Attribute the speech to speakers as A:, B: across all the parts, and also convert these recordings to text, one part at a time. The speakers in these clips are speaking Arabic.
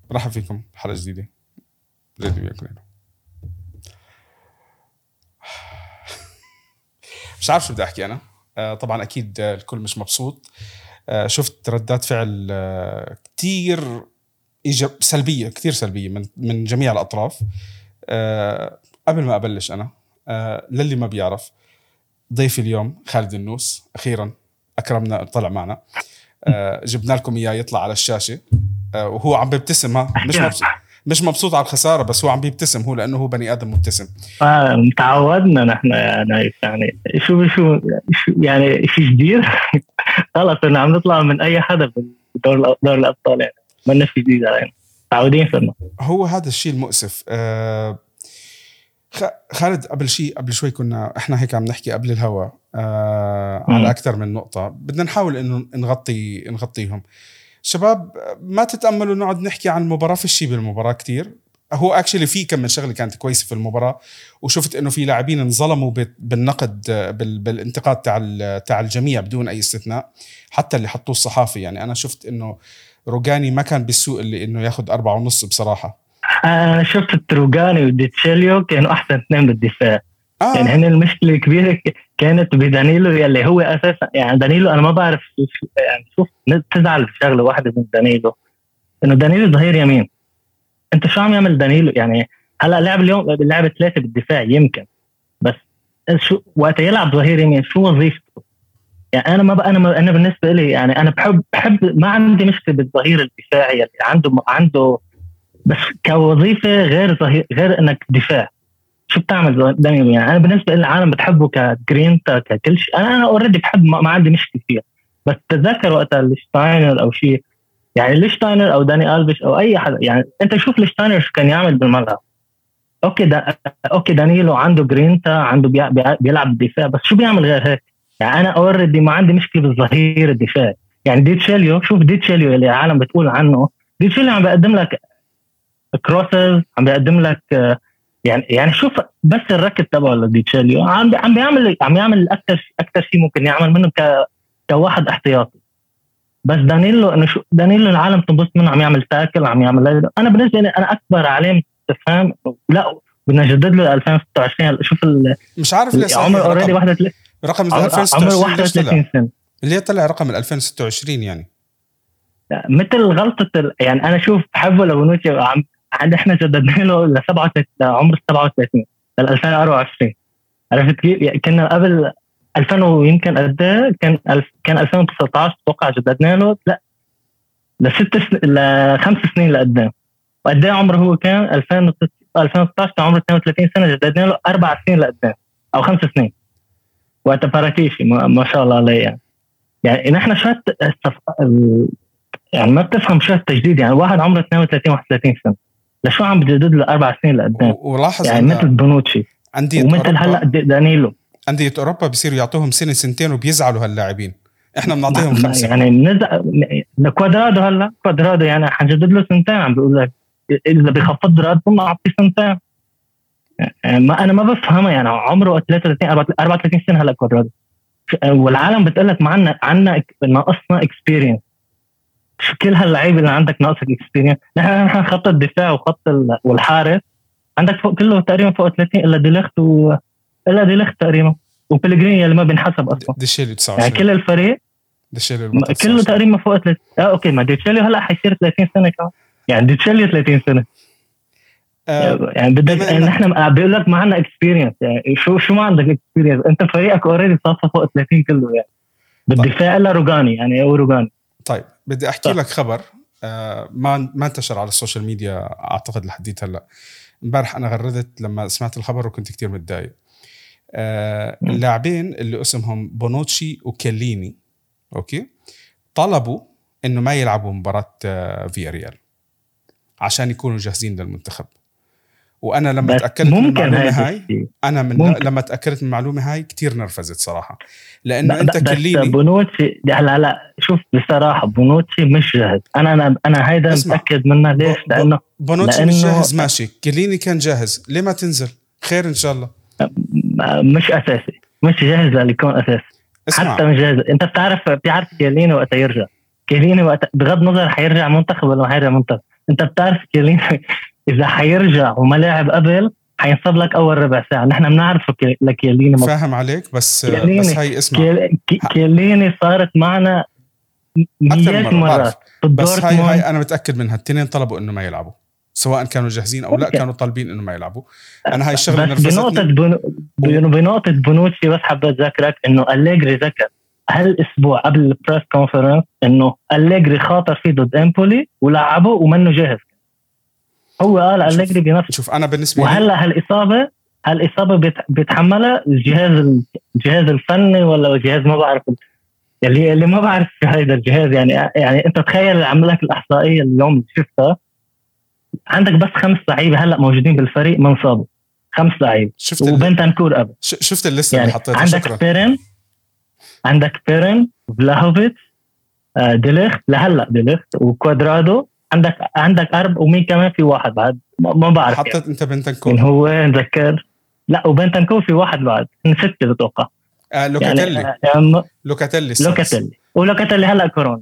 A: مرحبا فيكم بحلقة جديدة. راديو ياكلين. مش عارف شو بدي أحكي أنا. طبعا أكيد الكل مش مبسوط. شفت ردات فعل كتير سلبية، كتير سلبية من جميع الأطراف. قبل ما أبلش أنا، للي ما بيعرف، ضيفي اليوم خالد النوس أخيرا أكرمنا، طلع معنا. جبنا لكم إياه يطلع على الشاشة، وهو عم بيبتسم. مش مبسوط على الخسارة، بس هو عم بيبتسم هو لأنه هو بني آدم مبتسم.
B: تعودنا نحن يعني شو يعني شيء جديد. خلص إنه عم نطلع من أي حدا بدور الأبطال، يعني ما نفي جديد علينا، تعودين فينا.
A: هو هذا الشيء المؤسف. خالد، قبل شوي كنا احنا هيك عم نحكي قبل الهوا على أكثر من نقطة بدنا نحاول إنه نغطيهم. شباب، ما تتأملوا نقعد نحكي عن المباراة، في الشيء بالمباراة كتير. هو اكشلي في كم من شغله كانت كويسه في المباراه، وشفت انه في لاعبين انظلموا بالنقد، بالانتقاد تاع الجميع بدون اي استثناء، حتى اللي حطوه الصحافي. يعني انا شفت انه روجاني ما كان بالسوء اللي انه ياخد 4.5 بصراحه.
B: انا شفت روجاني وديتشيليو كانوا احسن اثنين بالدفاع. يعني هنا المشكله الكبيره كانت بدانيلو، يلي هو اساسا يعني دانيلو انا ما بعرف يعني شوف تزعل بشغله واحده من دانيلو، انه دانيلو ظهير يمين. انت شو عم يعمل دانيلو؟ يعني هلا لعب اليوم لعب 3 بالدفاع يمكن، بس شو وقت يلعب ظهير يمين شو وظيفته؟ يعني انا بالنسبه لي يعني انا بحب ما عندي مشكله بالظهير الدفاعي اللي عنده بس كوظيفه غير ظهير، غير انك دفاع. شو بتعمل دانيلو؟ يعني انا بالنسبه لي العالم بتحبه كجرينتا ككل شيء، انا اوريدي بحب، ما عندي مشكله فيها. بس تذكر وقت الشتاينر او شيء، يعني ليشتاينر او داني ألفيش او اي حدا، يعني انت شوف ليشتاينر شو كان يعمل بالملعب. اوكي دانيلو عنده جرينتا، عنده بيلعب بالدفاع، بس شو بيعمل غير هيك؟ يعني انا اوريدي ما عندي مشكله بالظهير الدفاع. يعني ديتشيليو، شوف ديتشيليو اللي العالم بتقول عنه، ديتشيليو عم بيقدم لك كروسز، عم بيقدم لك يعني شوف بس الركض تبعه لديتشيليو عم يعمل اكثر شيء ممكن يعمل منه كواحد احتياطي. بس دانيلو العالم تنبسط منه، عم يعمل تاكل، عم يعمل. انا بالنسبه لي انا اكبر علامه استفهام، لا بدنا نجدد له 2026. شوف
A: مش عارف ليش
B: عمر اوريدي
A: رقم 2026
B: عمر 31 سنه،
A: اللي طلع رقم 2026 يعني
B: مثل غلطه يعني انا شوف بحبه لبونوتشي، عند احنا جددنا له ل 37 عمر 37 ل 2024. عرفت كيف؟ كنا قبل 2000 ويمكن قد كان 2019 اتوقع جددنا له ل5 سنين لقدام. وقد ايه عمره هو كان 2016 كان عمره 32 سنه، جددنا له 4 سنين لقدام او 5 سنين. وقت فراتيشي ما شاء الله عليه. يعني نحن يعني ما بتفهم شو التجديد. يعني واحد عمره 32 31 سنه لشو عم بجدد له 4 سنين لقدام؟
A: ولاحظ
B: يعني مثل بونوتشي ومثل هلا دانيلو.
A: أندية أوروبا بيصيروا يعطوهم سنتين وبيزعلوا هاللاعبين. إحنا بنعطيهم 5.
B: يعني كوادرادو يعني حنجدد له 2 عم بيقول لك إذا بيخفض راتبه ما أعطيه 2. يعني أنا ما بفهمها. يعني عمره 33 34 سنة هلا كوادرادو، والعالم بتقولك عنا ناقصنا إكسبيرينس. شو كل هاللعيبة اللي عندك ناقصك إكسبيرينس؟ نحن خط الدفاع وخط والحارس عندك كله تقريبا فوق 30 إلا ديليخت تقريبا، وبيلغريني اللي ما بنحسب أصلا.
A: ديشيليو 29
B: يعني كل الفريق كله تقريبا فوق 30. أوكي ما ديتشيليو هلأ حيصير 30 سنة كمان. يعني ديتشيليو 30 سنة. يعني بدك نحن بيقول لك ما عندنا اكسبيرينس. يعني شو ما عندك اكسبيرينس؟ انت فريقك اوريدي صافه فوق 30 كله. يعني بالدفاع الا روجاني، يعني هو روجاني.
A: طيب بدي احكي لك خبر ما انتشر على السوشيال ميديا اعتقد لحديت هلا. امبارح انا غردت لما سمعت الخبر وكنت كتير متضايق. اللاعبين اللي اسمهم بونوتشي وكيليني اوكي طلبوا انه ما يلعبوا مباراة فياريال عشان يكونوا جاهزين للمنتخب. وانا لما تاكدت من المعلومه هاي لما تاكدت من المعلومه هاي كتير نرفزت صراحه، لانه انت كليني
B: بونوتشي لا شوف بصراحه بونوتشي مش جاهز. انا هيدا متاكد منه. ليش؟ لانه
A: بونوتشي مش جاهز. ماشي كليني كان جاهز، ليه ما تنزل؟ خير ان شاء الله.
B: مش اساسي، مش جاهز ليكون اساسي. حتى مش جاهز. انت بتعرف كليني وقت يرجع، كليني وقت بغض النظر حيرجع منتخب ولا ما حيرجع منتخب، انت بتعرف كيليني اذا حيرجع وما لعب قبل حينصب لك اول ربع ساعه. نحن بنعرفه لكيليني
A: فاهم عليك، بس هاي اسمع،
B: كيليني صارت معنا مئات مرات.
A: بس هاي انا متاكد منها. التنين طلبوا انه ما يلعبوا، سواء كانوا جاهزين او لا، كانوا طالبين انه ما يلعبوا. انا هاي الشغله
B: نرفزتني. بنقطه بونوتشي بس حبيت اذكرك انه أليجري ذكر هالاسبوع قبل البريس كونفرنس انه أليجري خاطر فيه ضد امبولي ولعبه ومنه جاهز. هو قال أليجري بنفسه.
A: شوف انا بالنسبه
B: وهلا هالاصابه بيتحملها الجهاز الفني ولا الجهاز ما بعرف اللي ما بعرف هذا الجهاز. يعني انت تخيل عمل لك الاحصائيه اليوم شفتها، عندك بس 5 لعيبه هلا موجودين بالفريق منصابوا، 5 لعيبه وبنتنكور قبل.
A: شفت الليسته يعني اللي حطيتها؟
B: عندك بيرن فلاهوفيتش ديليخت لهلا ديليخت وكوادرادو. عندك ومين كمان في واحد بعد ما بعرف.
A: حطيت يعني. انت بنتنكور
B: هو نذكر لا وبنتنكور في واحد بعد 6 بتوقع.
A: لوكاتيلي
B: ولوكاتيلي هلا كورونا.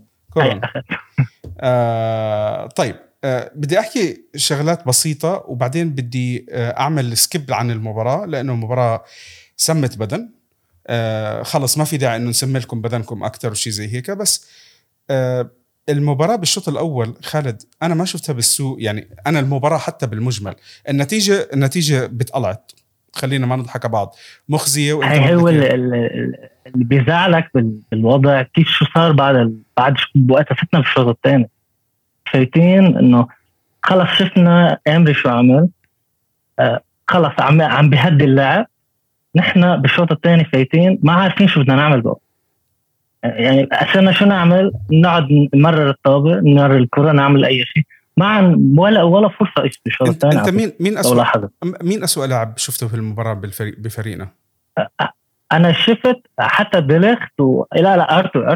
A: طيب بدي احكي شغلات بسيطه وبعدين بدي اعمل سكيب عن المباراه، لانه المباراه سمت بدن. خلص ما في داعي انه نسمي لكم بدنكم اكثر وشي زي هيك. بس المباراه بالشوط الاول خالد انا ما شفتها بالسوء. يعني انا المباراه حتى بالمجمل النتيجه بتقلعت، خلينا ما نضحك على بعض، مخزيه.
B: هو اللي بيزعلك بالوضع كيف شو صار بعد وقتها فتنا بالشوط الثاني فايتين انه خلص شفنا امري شو عمل. خلص عم بيهدي اللاعب. نحن بالشوط الثاني فايتين ما عارفين شو بدنا نعمل بقى. يعني أسألنا شو نعمل، نقعد نمرر الطابة نمرر الكرة نعمل أي شيء ما ولا فرصة إيش بالشوط الثاني.
A: أنت مين أسوأ لاعب شفته في المباراة بفريقنا؟
B: أنا شفت حتى ديليخت لا أرتور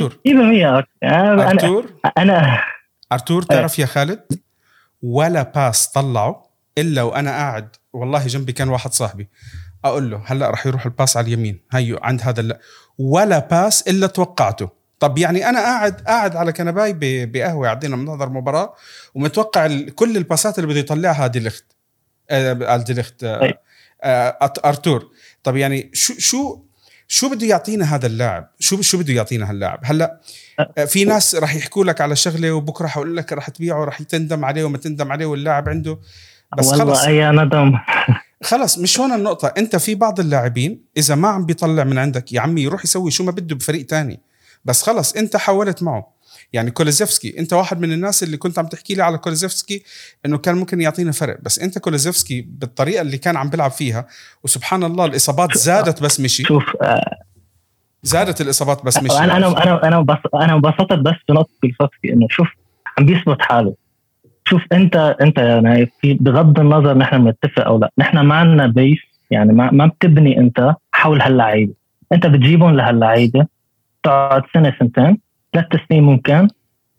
A: أرتور تعرف يا خالد ولا باس طلعه إلا وأنا قاعد والله جنبي كان واحد صاحبي أقول له هلأ رح يروح الباس على اليمين هيو عند هذا ولا باس إلا توقعته. طب يعني أنا قاعد على كنباي بقهوة قاعدين بنحضر مباراة ومتوقع كل الباسات اللي بده يطلعها ديليخت أرتور. طب يعني شو بده يعطينا هذا اللاعب؟ شو بده يعطينا هاللاعب؟ هلا في ناس راح يحكوا لك على شغله وبكره حقول لك راح تبيعه راح تندم عليه وما تندم عليه واللاعب عنده بس خلص
B: أي ندم.
A: خلص مش هون النقطة. انت في بعض اللاعبين اذا ما عم بيطلع من عندك يا عمي يروح يسوي شو ما بده بفريق تاني. بس خلص انت حاولت معه. يعني كولوزيفسكي انت واحد من الناس اللي كنت عم تحكي لي على كولوزيفسكي انه كان ممكن يعطينا فرق. بس انت كولوزيفسكي بالطريقة اللي كان عم بيلعب فيها وسبحان الله الاصابات زادت بس مشي. زادت الاصابات بس مشي.
B: انا انبسطت بس بنقطة كولوزيفسكي انه شوف عم بيثبت حاله. شوف انت يعني بغض النظر نحن بنتفق او لا نحن ما عندنا بيس. يعني ما بتبني انت حول هاللعيبه. انت بتجيبهم لهاللعيبه تقعد سنه سنتين 3 سنين ممكن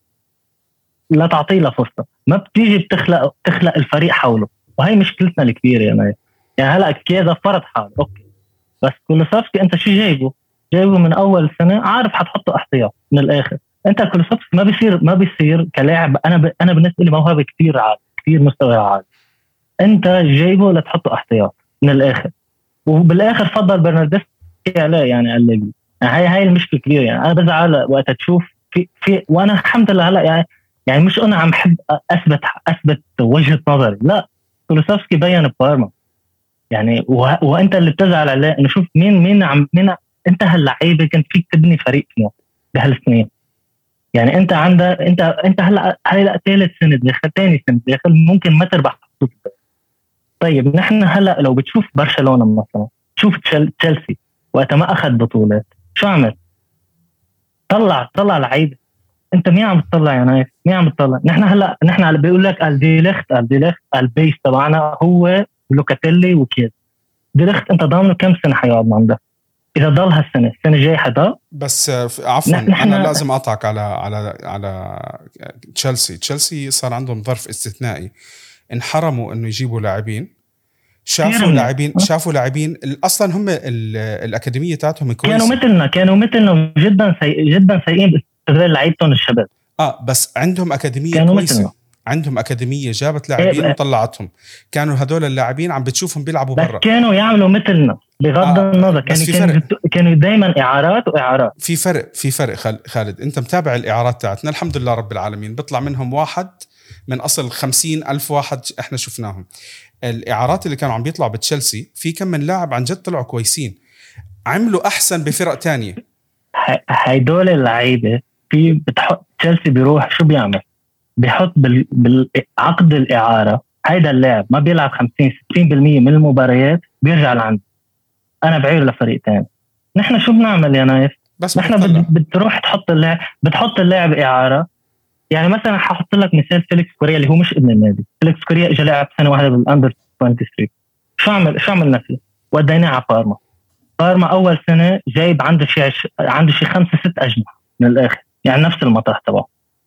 B: لا تعطي له فرصه. ما بتيجي تخلق الفريق حوله. وهي مشكلتنا الكبيره. يعني هلا كذا فرض حاله اوكي. بس كولوسافسكي انت شو جايبه من اول سنه عارف حتحطه احتياط من الاخر. انت كولوسافسكي ما بيصير كلاعب. انا بالنسبه لي موهبه كثير عالي كثير مستوى عالي. انت جايبه لتحطه احتياط من الاخر. وبالاخر فضل برناردسكي عليه. يعني قال لي هاي المشكله كبيره. يعني انا بزعل وقت تشوف في وانا الحمد لله هلا يعني مش انا عم حب اثبت وجهه نظري لا. كولوسافسكي بين بارما يعني وانت اللي بتزعل عليه انه شوف مين انت هاللعيبه كنت فيك تبني فريق فيه بهالسنين. يعني انت عندك انت هلا ثالث سنه داخل ثاني سنه داخل ممكن ما تربح. طيب نحن هلا لو بتشوف برشلونه مثلا شوف تشيلسي وقت ما اخذ بطولات شو عمل؟ طلع لعيبه. انت مين عم تطلع يا نايف؟ مين عم تطلع؟ نحن بيقول لك الديليخت البيس تبعنا هو لوكاتيلي وكيد. ديليخت انت ضامنه كم سنه حيقعد عندك؟ إذا ضل السنة الجاي حدا.
A: بس عفوا أنا لازم أقطعك على تشيلسي صار عندهم ظرف استثنائي. انحرموا إنه يجيبوا لاعبين. شافوا لاعبين أصلا هم الأكاديمية تاعتهم كويسة.
B: كانوا مثلنا جدا سيئين باستغلال لعيبتهم الشباب.
A: بس عندهم أكاديمية كويسة. عندهم أكاديمية جابت لاعبين وطلعتهم. كانوا هذول اللاعبين عم بتشوفهم بيلعبوا
B: بس
A: برا.
B: كانوا يعملوا مثلنا بغض النظر. كانوا دايما إعارات وإعارات.
A: في فرق خالد. أنت متابع الإعارات تاعتنا الحمد لله رب العالمين، بيطلع منهم واحد من أصل 50,000 واحد إحنا شفناهم. الإعارات اللي كانوا عم بيطلعوا بتشيلسي في كم من لاعب عن جد طلعوا كويسين، عملوا أحسن بفرق تانية.
B: هيدول اللعيبة في بتحط تشيلسي بيروح شو بيعمل؟ بيحط بالعقد الإعارة هيدا اللاعب ما بيلعب 50-60% من المباريات بيرجع لعنده، أنا بعير لفريق تاني. نحن شو بنعمل يا نايف؟ نحن بتروح بتحط اللاعب إعارة. يعني مثلا ححط لك مثال فيليكس كوريا اللي هو مش ابن النادي. فيليكس كوريا اجى لعب سنة واحدة بالأندر 23. شو عمل نفسه؟ وديناه على بارما أول سنة جايب عنده شي 5-6 أجنحة من الآخر، يعني نفس المطرح تبعه.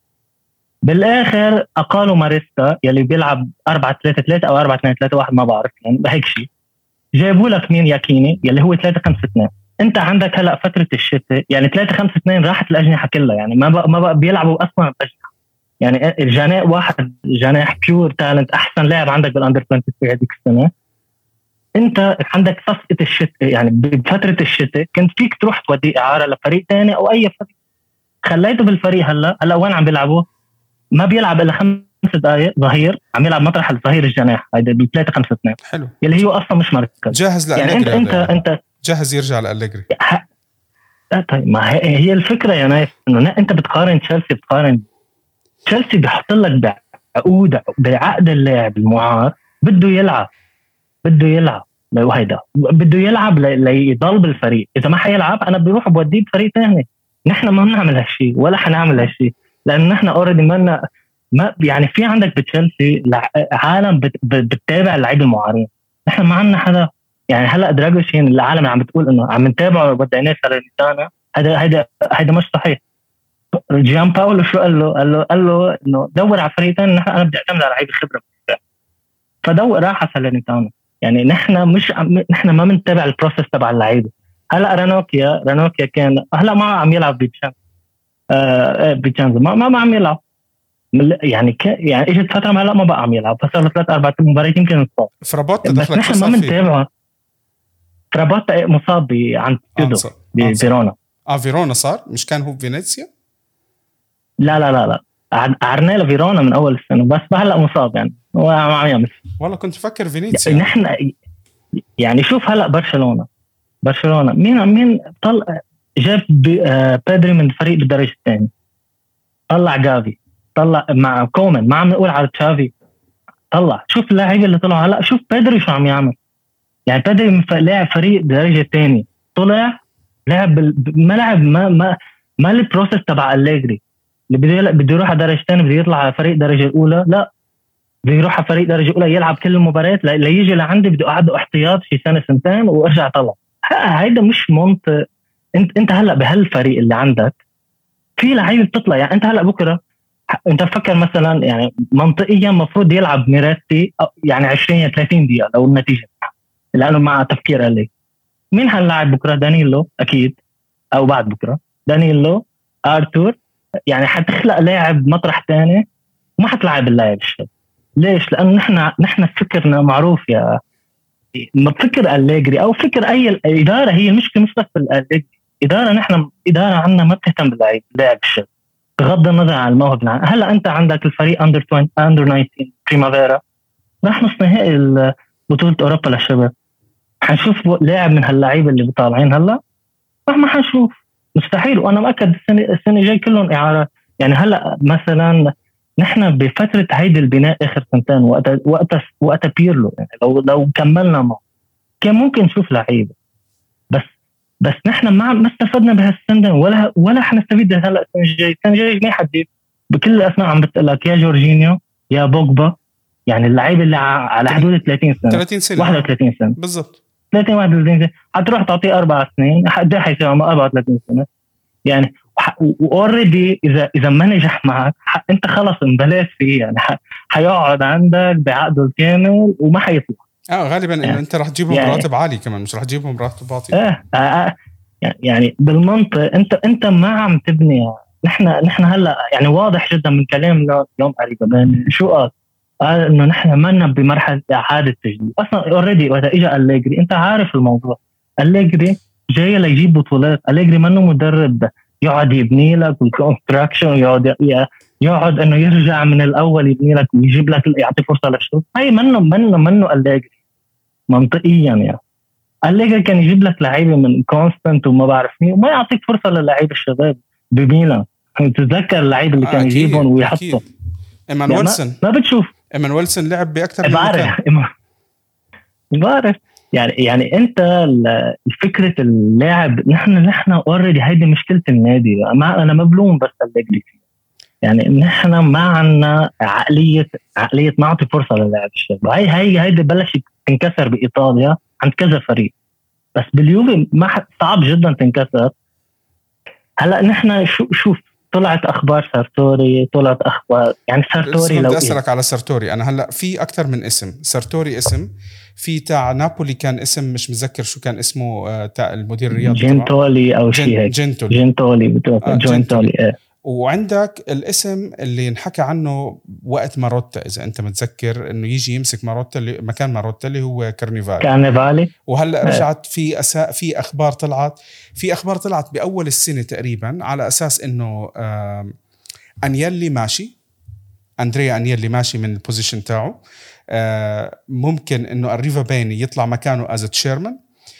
B: بالآخر أقالوا ماريستا يلي بيلعب 4-3-3 أو 4-2-3-1 ما بعرف يعني هيك شيء. جايبوا لك مين؟ ياكيني يلي هو 3-5-2. أنت عندك هلأ فترة الشتاء يعني 3-5-2 راحت الأجنحة كلها، يعني ما بقى بيلعبوا أصلا الأجنحة. يعني الجناح واحد جناح بيور تالنت أحسن لاعب عندك بالأندر 23 هذيك السنة. انت عندك صفقة الشتاء، يعني بفترة الشتاء كنت فيك تروح تودي إعارة لفريق تاني أو أي فريق. خليته بالفريق هلا وين عم بيلعبوا؟ ما بيلعب إلا 5 دقائق ظهير، عم يلعب مطرح الظهير الجناح هيدا ب3-5-2
A: حلو
B: اللي هو أصلا مش مركز
A: جاهز
B: يعني انت
A: جاهز يرجع لأليجري.
B: طيب ما هي الفكرة يا نايف إنه انت بتقارن تشيلسي بيحط لك بعقد اللاعب المعار بده يلعب وهيدا بده يلعب ليضل بالفريق. إذا ما حيلعب أنا بروح بوديه بفريق ثاني. نحن ما بنعمل هالشيء ولا حنعمل هالشيء، لأن نحن أوريدي ما يعني في عندك بتشيلسي عالم بتتابع اللعيبة المعارين. نحن ما عندنا حدا. يعني هلا دراغوشين العالم اللي عم بتقول إنه عم نتابعه وديناه سالرنيتانا، هذا مش صحيح. جيان باولو شو قال له إنه دور على فريق ثاني. أنا بدي أعتمد على لعيبة خبرة، فدور راح على سالرنيتانا. يعني نحن ما بنتابع البروسيس تبع اللعيبه. هلا رانوكيا كان هلا ما عم يلعب بيتشانز ما عم يلعب يعني اجت فتره هلا ما بقى عم يلعب، فصار 3-4 مباريات يمكن نصاب.
A: فرابوتا
B: بس نحن ما بنتابعه. فرابوتا مصاب عند فيرونا.
A: فيرونا صار مش كان هو فينيسيا.
B: لا عرنا له فيرونا من اول السنه، بس هلا مصاب يعني وما عم يعمل.
A: والله كنت فكر فينيسيا.
B: نحن يعني شوف هلا برشلونه مين طلع جاب بيدري من فريق بالدرجه الثانيه، طلع جافي، طلع مع كومان، ما عم نقول على تشافي. طلع شوف اللاعبين اللي طلعوا هلا، شوف بيدري شو عم يعمل. يعني بيدري لاعب فريق بالدرجه الثانيه، طلع لاعب ما لعب ما البروسيس تبع أليجري اللي بده يروح على درجه ثانيه، بده يطلع على فريق درجه الاولى. لا، بده يروح على فريق درجه اولى يلعب كل المباريات ليجي لعندي بده اقعده احتياط شي سنه سنتين وارجع طلع. هيدا مش منطق. انت هلا بهالفريق اللي عندك في لعيبه بتطلع. يعني انت هلا بكره انت فكر مثلا يعني منطقيا مفروض يلعب ميراتي يعني 20-30 دقيقه لو النتيجه، لانه مع تفكير قال لي مين هاللاعب بكره؟ دانيلو اكيد، او بعد بكره دانيلو، ارتور. يعني حتخلق لاعب مطرح ثاني وما حتلعب اللاعب الشاب. ليش؟ لأنه نحن فكرنا معروف. يا ما فكر أليجري أو فكر أي إدارة، هي المشكلة مش بس بالأليجري. نحن إدارة عنا ما بتهتم باللاعب الشاب بغض النظر عن الموهبة. هلا أنت عندك الفريق أندر 19 بريمافيرا راح نص نهائي بطولة أوروبا للشباب. حنشوف لاعب من هاللاعيبة اللي بطالعين هلا؟ ما حنشوف، مستحيل. وأنا مأكد السنة جاي كلهم إعارات. يعني هلا مثلا نحن بفترة هيدا البناء آخر سنتين وقت بيرلو، يعني لو كملنا معه كان ممكن نشوف لعيبة. بس نحن ما استفدنا بهالسنة ولا حنستفيد هلا السنة الجاي ما حد بكل الأسماء عم بتقلك يا جورجينيو يا بوجبا. يعني اللعيبة اللي على حدود 30 سنة 31 سنة
A: بالضبط،
B: 31 سنة حتروح تعطيه 4 سنين حد حيسوي 34 سنة يعني. واوريدي اذا ما نجح معك انت خلص انبلاش فيه. يعني حيقعد عندك بعقده الكامل وما حيطلع.
A: غالبا انه انت راح تجيبهم يعني راتب عالي كمان، مش راح تجيبهم راتب باطل.
B: يعني بالمنطق انت ما عم تبني نحن هلا يعني واضح جدا من كلامنا اليوم قريبا شو قال انه نحن ما بمرحله اعاده تجديد اصلا اوريدي. وقت اجى أليجري انت عارف الموضوع، أليجري جاي ليجيب بطولات. أليجري منه مدرب يقعد يبني لك والكونستراكشن يقعد انه يرجع من الاول يبني لك ويجيب لك يعطي فرصه للشغل. هاي منه أليجري منطقيا. يعني أليجري كان يجيب لك لعيبه من كونستانت وما بعرف مين وما يعطيك فرصه للعيبه الشباب بميلان. تتذكر اللعيبه اللي كان يجيبهم ويحطهم.
A: إيمان
B: يعني
A: ويلسون
B: ما بتشوف
A: إيمان ويلسون لعب باكثر من مكان.
B: بعرف يعني انت فكره اللاعب نحن اوريدي هيدي مشكله النادي. انا مبلوم بس أليجري يعني نحن ما عنا عقليه نعطي فرصه للاعب الشباب. هيدي بلشت تنكسر بايطاليا عند كذا فريق، بس باليوفي ما صعب جدا تنكسر. هلا نحن شوف طلعت اخبار سارتوري، طلعت اخبار يعني سارتوري.
A: لو بدي اسالك على سارتوري، انا هلا في اكثر من اسم. سارتوري اسم، في تاع نابولي كان اسم مش متذكر شو كان اسمه، تاع المدير الرياضي
B: جنتولي او شيء هيك. جنتولي
A: وعندك الاسم اللي نحكى عنه وقت ماروتا، إذا أنت متذكر إنه يجي يمسك ماروتا مكان ماروتا اللي هو كارنيفالي. وهلأ رجعت في أخبار طلعت بأول السنة تقريبا على أساس إنه أنيلي ماشي، أندريا أنيلي ماشي من البوزيشن تاعه. ممكن إنه الريفا بيني يطلع مكانه as a chairman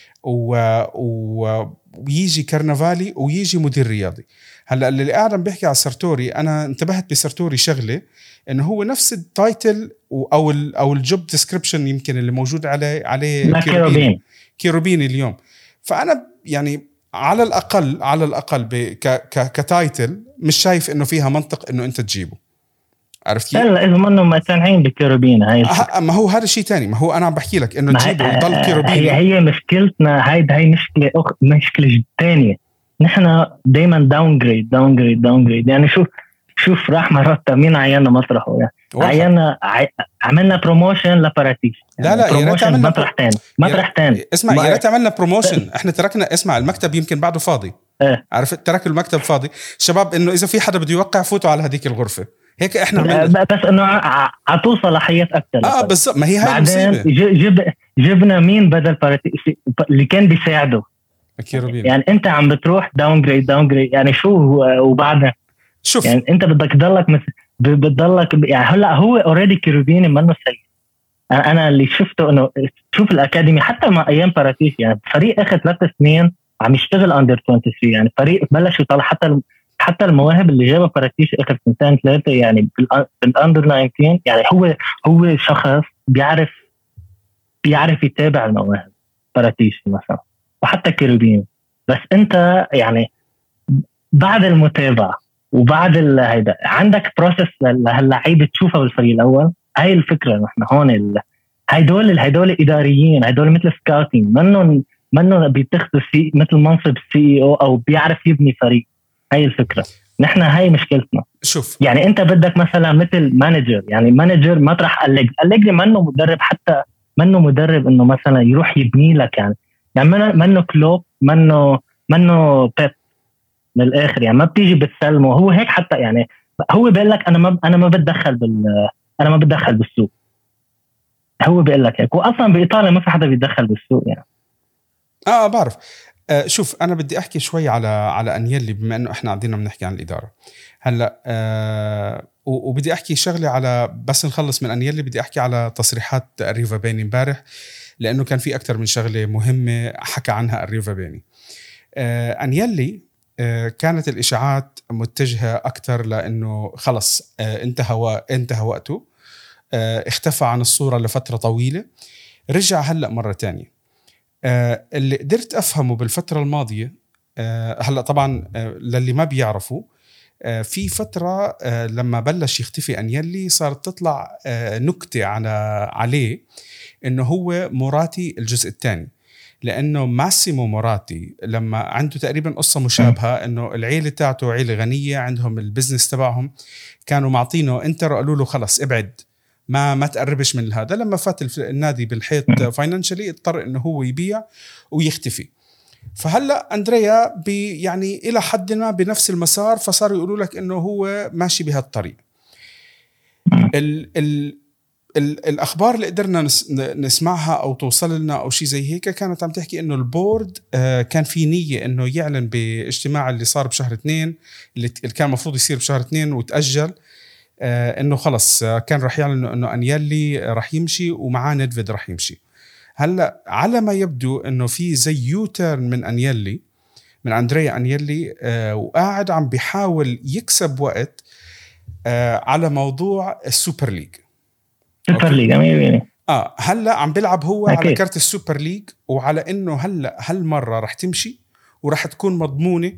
A: ويجي كارنفالي ويجي مدير رياضي. هلا اللي قاعد بيحكي على سارتوري، انا انتبهت بسارتوري شغله انه هو نفس التايتل او الجوب ديسكريبشن يمكن اللي موجود عليه كيروبيني اليوم. فانا يعني على الاقل كتايتل مش شايف انه فيها منطق انه انت تجيبه. عرفت كيف؟
B: لا اذا منهم متنعين بكيروبين هاي
A: ما هو هذا شيء تاني. ما هو انا عم بحكي لك انه تجيبه ويضل كيروبين.
B: هي مشكلتنا. هاي مشكله ثانيه. نحن دايما داون جريد. يعني شوف راح مرات مين عينا مطرحه. يعني عملنا بروموشن لباراتيش.
A: يعني لا يا ريت عملنا
B: مطرح ثاني.
A: اسمع يا ريت عملنا بروموشن. احنا تركنا، اسمع المكتب يمكن بعده فاضي. عرفت، ترك المكتب فاضي. شباب انه اذا في حدا بده يوقع فوتوا على هذيك الغرفه. هيك احنا
B: بس انه عطوا صلاحيات اكثر.
A: بالضبط. ما هي هاي
B: بعدين جبنا مين بدل باراتيش اللي كان بيساعده
A: كيروبين.
B: يعني انت عم بتروح داون جريد يعني شو وبعدها
A: شوف
B: يعني انت بدك تضلك يعني هلا هو اوريدي كيروبين منه سيء. انا اللي شفته انه شوف الاكاديمي حتى مع ايام باراتيش، يعني فريق اخذ 3 سنين عم يشتغل اندر 23. يعني فريق بلش يطلع حتى المواهب اللي جابها باراتيش اخر 2-3 يعني بالاندر 19. يعني هو شخص بيعرف يتابع المواهب باراتيش مثلا وحتى كيروبين. بس انت يعني بعد المتابعه وبعد هيدا عندك بروسس لهاللعيبه تشوفها بالفريق الاول. هاي الفكره. نحن هون هيدول اداريين، هيدول مثل سكاوتينج. منه بيتخذوا مثل منصب CEO او بيعرف يبني فريق. هاي الفكره. نحن هاي مشكلتنا.
A: شوف
B: يعني انت بدك مثلا مثل مانجر، يعني مانجر مطرح أليجري منه مدرب، حتى منه مدرب انه مثلا يروح يبني لك. يعني منه كلوب، منه بيب من الاخر. يعني ما بتيجي بتسلمه هو هيك. حتى يعني هو بيقول لك انا ما بتدخل بالسوق. هو بيقول لك هيك. واصلا بايطاليا ما في حدا بيتدخل بالسوق يعني.
A: بعرف. شوف انا بدي احكي شوي على أنيلي بما انه احنا قاعدين بنحكي عن الاداره هلا. وبدي احكي شغله على بس نخلص من أنيلي. بدي احكي على تصريحات الريفا بيني امبارح، لانه كان في اكثر من شغله مهمه حكى عنها الريفا بيني. أنيلي كانت الاشاعات متجهه اكثر لانه خلص انتهى وقته. اختفى عن الصوره لفتره طويله، رجع هلا مره تانية. اللي قدرت أفهمه بالفترة الماضية، هلأ طبعا للي ما بيعرفوا، في فترة لما بلش يختفي أنيلي صارت تطلع نكتة عليه إنه هو موراتي الجزء الثاني. لأنه ماسيمو موراتي لما عنده تقريبا قصة مشابهة، إنه العيلة تاعته عيلة غنية عندهم البزنس تبعهم، كانوا معطينه انتر قالوا له خلص ابعد ما تقربش من هذا. لما فات النادي بالحيط فاينانشالي اضطر انه هو يبيع ويختفي. فهلا اندريا يعني الى حد ما بنفس المسار، فصاروا يقولوا لك انه هو ماشي بهالطريق. الأخبار اللي قدرنا نسمعها أو توصل لنا أو شيء زي هيك كانت عم تحكي إنه البورد كان في نية إنه يعلن باجتماع اللي صار بشهر 2 اللي كان مفروض يصير بشهر 2 وتأجل، إنه خلص كان رح يعلن إنه أنيلي رح يمشي ومعاه ندفيد رح يمشي. هلأ على ما يبدو إنه في زي يوترن من أنيلي، من أندريا أنيلي، وقاعد عم بيحاول يكسب وقت على موضوع السوبر ليج.
B: سوبر ليج
A: هلا عم بيلعب هو
B: أكيد.
A: على كارت السوبر ليج، وعلى انه هلا هالمره رح تمشي ورح تكون مضمونه،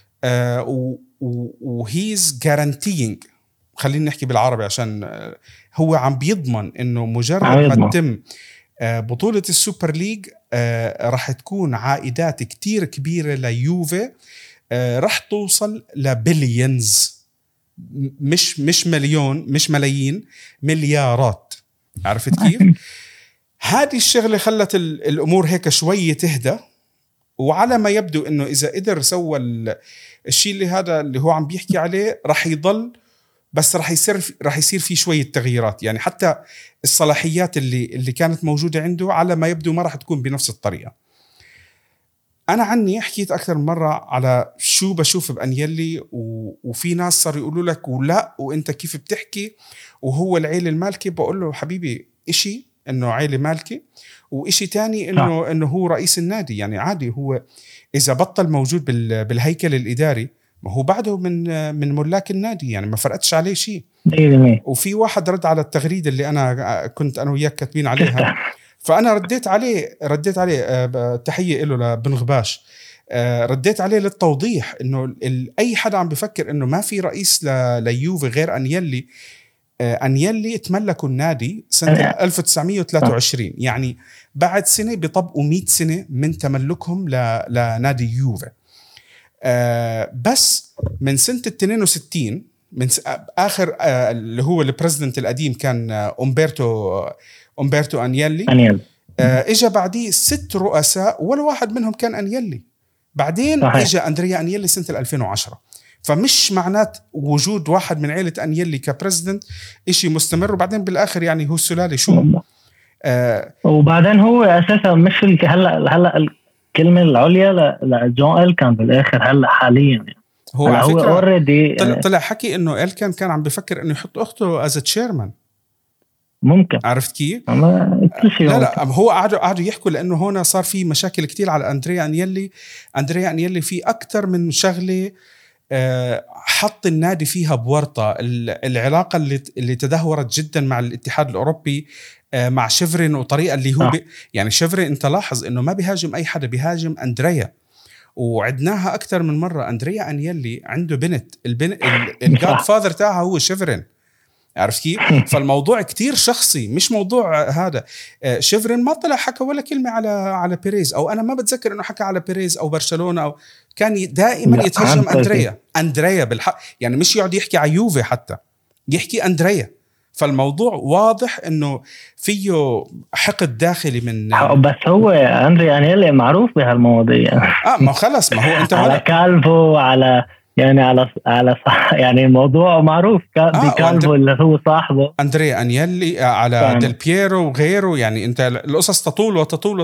A: وهيز جارانتينج، خلينا نحكي بالعربي عشان هو عم بيضمن انه مجرد ما تتم بطوله السوبر ليج رح تكون عائدات كتير كبيره ليوفي، رح توصل لبليونز، مش مليون، مش ملايين، مليارات. عرفت كيف؟ هذه الشغلة خلت الأمور هيك شوية تهدى، وعلى ما يبدو إنه إذا قدر سوى الشيء اللي هو عم بيحكي عليه رح يضل، بس رح يصير فيه شوية تغييرات. يعني حتى الصلاحيات اللي كانت موجودة عنده على ما يبدو ما رح تكون بنفس الطريقة. أنا عني حكيت أكثر من مرة على شو بشوف بأنيلي، وفي ناس صاروا يقولوا لك ولا وإنت كيف بتحكي وهو العيلة المالكي. بقول له حبيبي، إشي إنه عيلة مالكي، وإشي تاني إنه هو رئيس النادي. يعني عادي، هو إذا بطل موجود بالهيكل الإداري ما هو بعده من ملاك النادي، يعني ما فرقتش عليه شيء. وفي واحد رد على التغريدة اللي أنا كنت أنا وياك كاتبين عليها، فأنا رديت عليه تحية له لبن غباش، رديت عليه للتوضيح إنه أي حدا عم بفكر إنه ما في رئيس ليوفي غير أنيلي. أنيلي تملكوا النادي سنة 1923، يعني بعد سنة بيطبقوا 100 سنة من تملكهم لنادي يوفي. بس من سنة 62 من آخر اللي هو البريزيدنت القديم كان أمبرتو أنيلي. إجا بعديه 6 رؤساء ولا واحد منهم كان أنيلي. بعدين إجا أندريا أنيلي سنة 2010. فمش معنات وجود واحد من عيلة أنيلي كبريزيدنت إشي مستمر، وبعدين بالآخر يعني هو السلالة شو.
B: وبعدين هو أساسا مش هلأ الكلمة العليا لجون إلكان بالآخر هلأ حاليا. يعني
A: هو على
B: فكرة
A: طلع حكي إنه إلكان كان عم بفكر إنه يحط أخته as a chairman.
B: ممكن.
A: عرفت كيف؟
B: لا
A: هو قعدوا يحكوا، لأنه هنا صار في مشاكل كتير على أندريا أنيلي في أكتر من شغلة حط النادي فيها بورطة. العلاقة اللي تدهورت جدا مع الاتحاد الأوروبي، مع شيفرين، وطريقة اللي هو يعني شيفرين انت لاحظ انه ما بيهاجم اي حدا، بيهاجم أندريا. وعدناها اكتر من مرة. أندريا أنيلي عنده بنت، الجاد فاذر تاعها هو شيفرين. عرفت كيف؟ فالموضوع كتير شخصي، مش موضوع هذا. شيفرين ما طلع حكى ولا كلمة على بيريز، او انا ما بتذكر انه حكى على بيريز او برشلونة، او كان دائما يتهجم أندريا بالحق. يعني مش يقعد يحكي على يوفي، حتى يحكي أندريا. فالموضوع واضح انه فيه حقد داخلي من
B: بس هو أندريا أنيلي معروف بهالمواضيع.
A: ما خلص، ما هو انت
B: على كالفو، على يعني الموضوع معروف. كالفو اللي هو صاحبه
A: أندريا أنيلي، على ديل بييرو وغيره. يعني انت القصص تطول.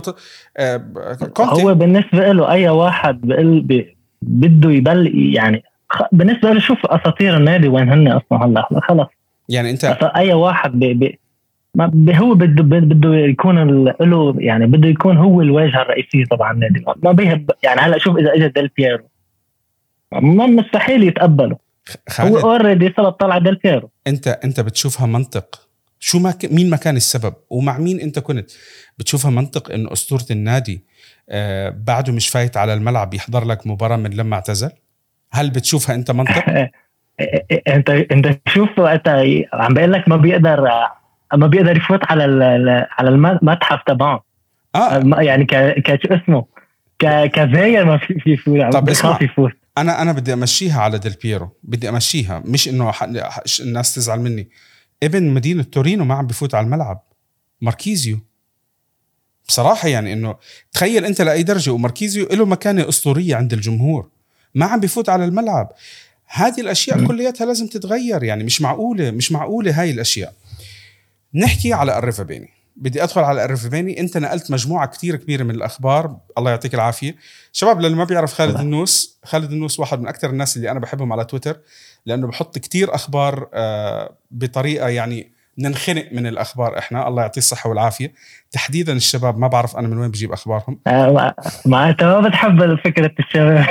B: هو بالنسبة له اي واحد بده يبل، يعني بالنسبة له شوف اساطير النادي وين هن اصلا هلا خلص.
A: يعني انت
B: اي واحد هو بده يكون له، يعني بده يكون هو الواجهة الرئيسية طبعا النادي. ما بيهب يعني. هلا شوف اذا اجى ديل بييرو ما مستحيل يتقبله. هو اوريدي طلع ديل بييرو.
A: انت بتشوفها منطق؟ شو مين ما كان السبب ومع مين انت كنت بتشوفها منطق انه اسطورة النادي بعده مش فايت على الملعب يحضر لك مباراة من لما اعتزل؟ هل بتشوفها انت منطق؟
B: انت شوف، انت عم بقول لك ما بيقدر يفوت على المتحف تبعه. يعني اسمه كزاير ما في يفوت.
A: طب اسمع، انا بدي امشيها على ديل بييرو، بدي امشيها، مش انه الناس تزعل مني. ابن مدينة تورينو ما عم بفوت على الملعب، ماركيزيو. بصراحة يعني إنه تخيل أنت لأي درجة، وماركيزيو له مكانة أسطورية عند الجمهور، ما عم بيفوت على الملعب. هذه الأشياء كلياتها لازم تتغير، يعني مش معقولة هاي الأشياء. نحكي على الريفابيني. بدي أدخل على الريفابيني. أنت نقلت مجموعة كتير كبيرة من الأخبار، الله يعطيك العافية. شباب للي ما بيعرف خالد النوس واحد من أكتر الناس اللي أنا بحبهم على تويتر، لأنه بحط كتير أخبار بطريقة يعني ننخنق من الأخبار إحنا، الله يعطيه الصحة والعافية. تحديدا الشباب ما بعرف أنا من وين بجيب أخبارهم.
B: ما أنت ما بتحب فكرة الشباب.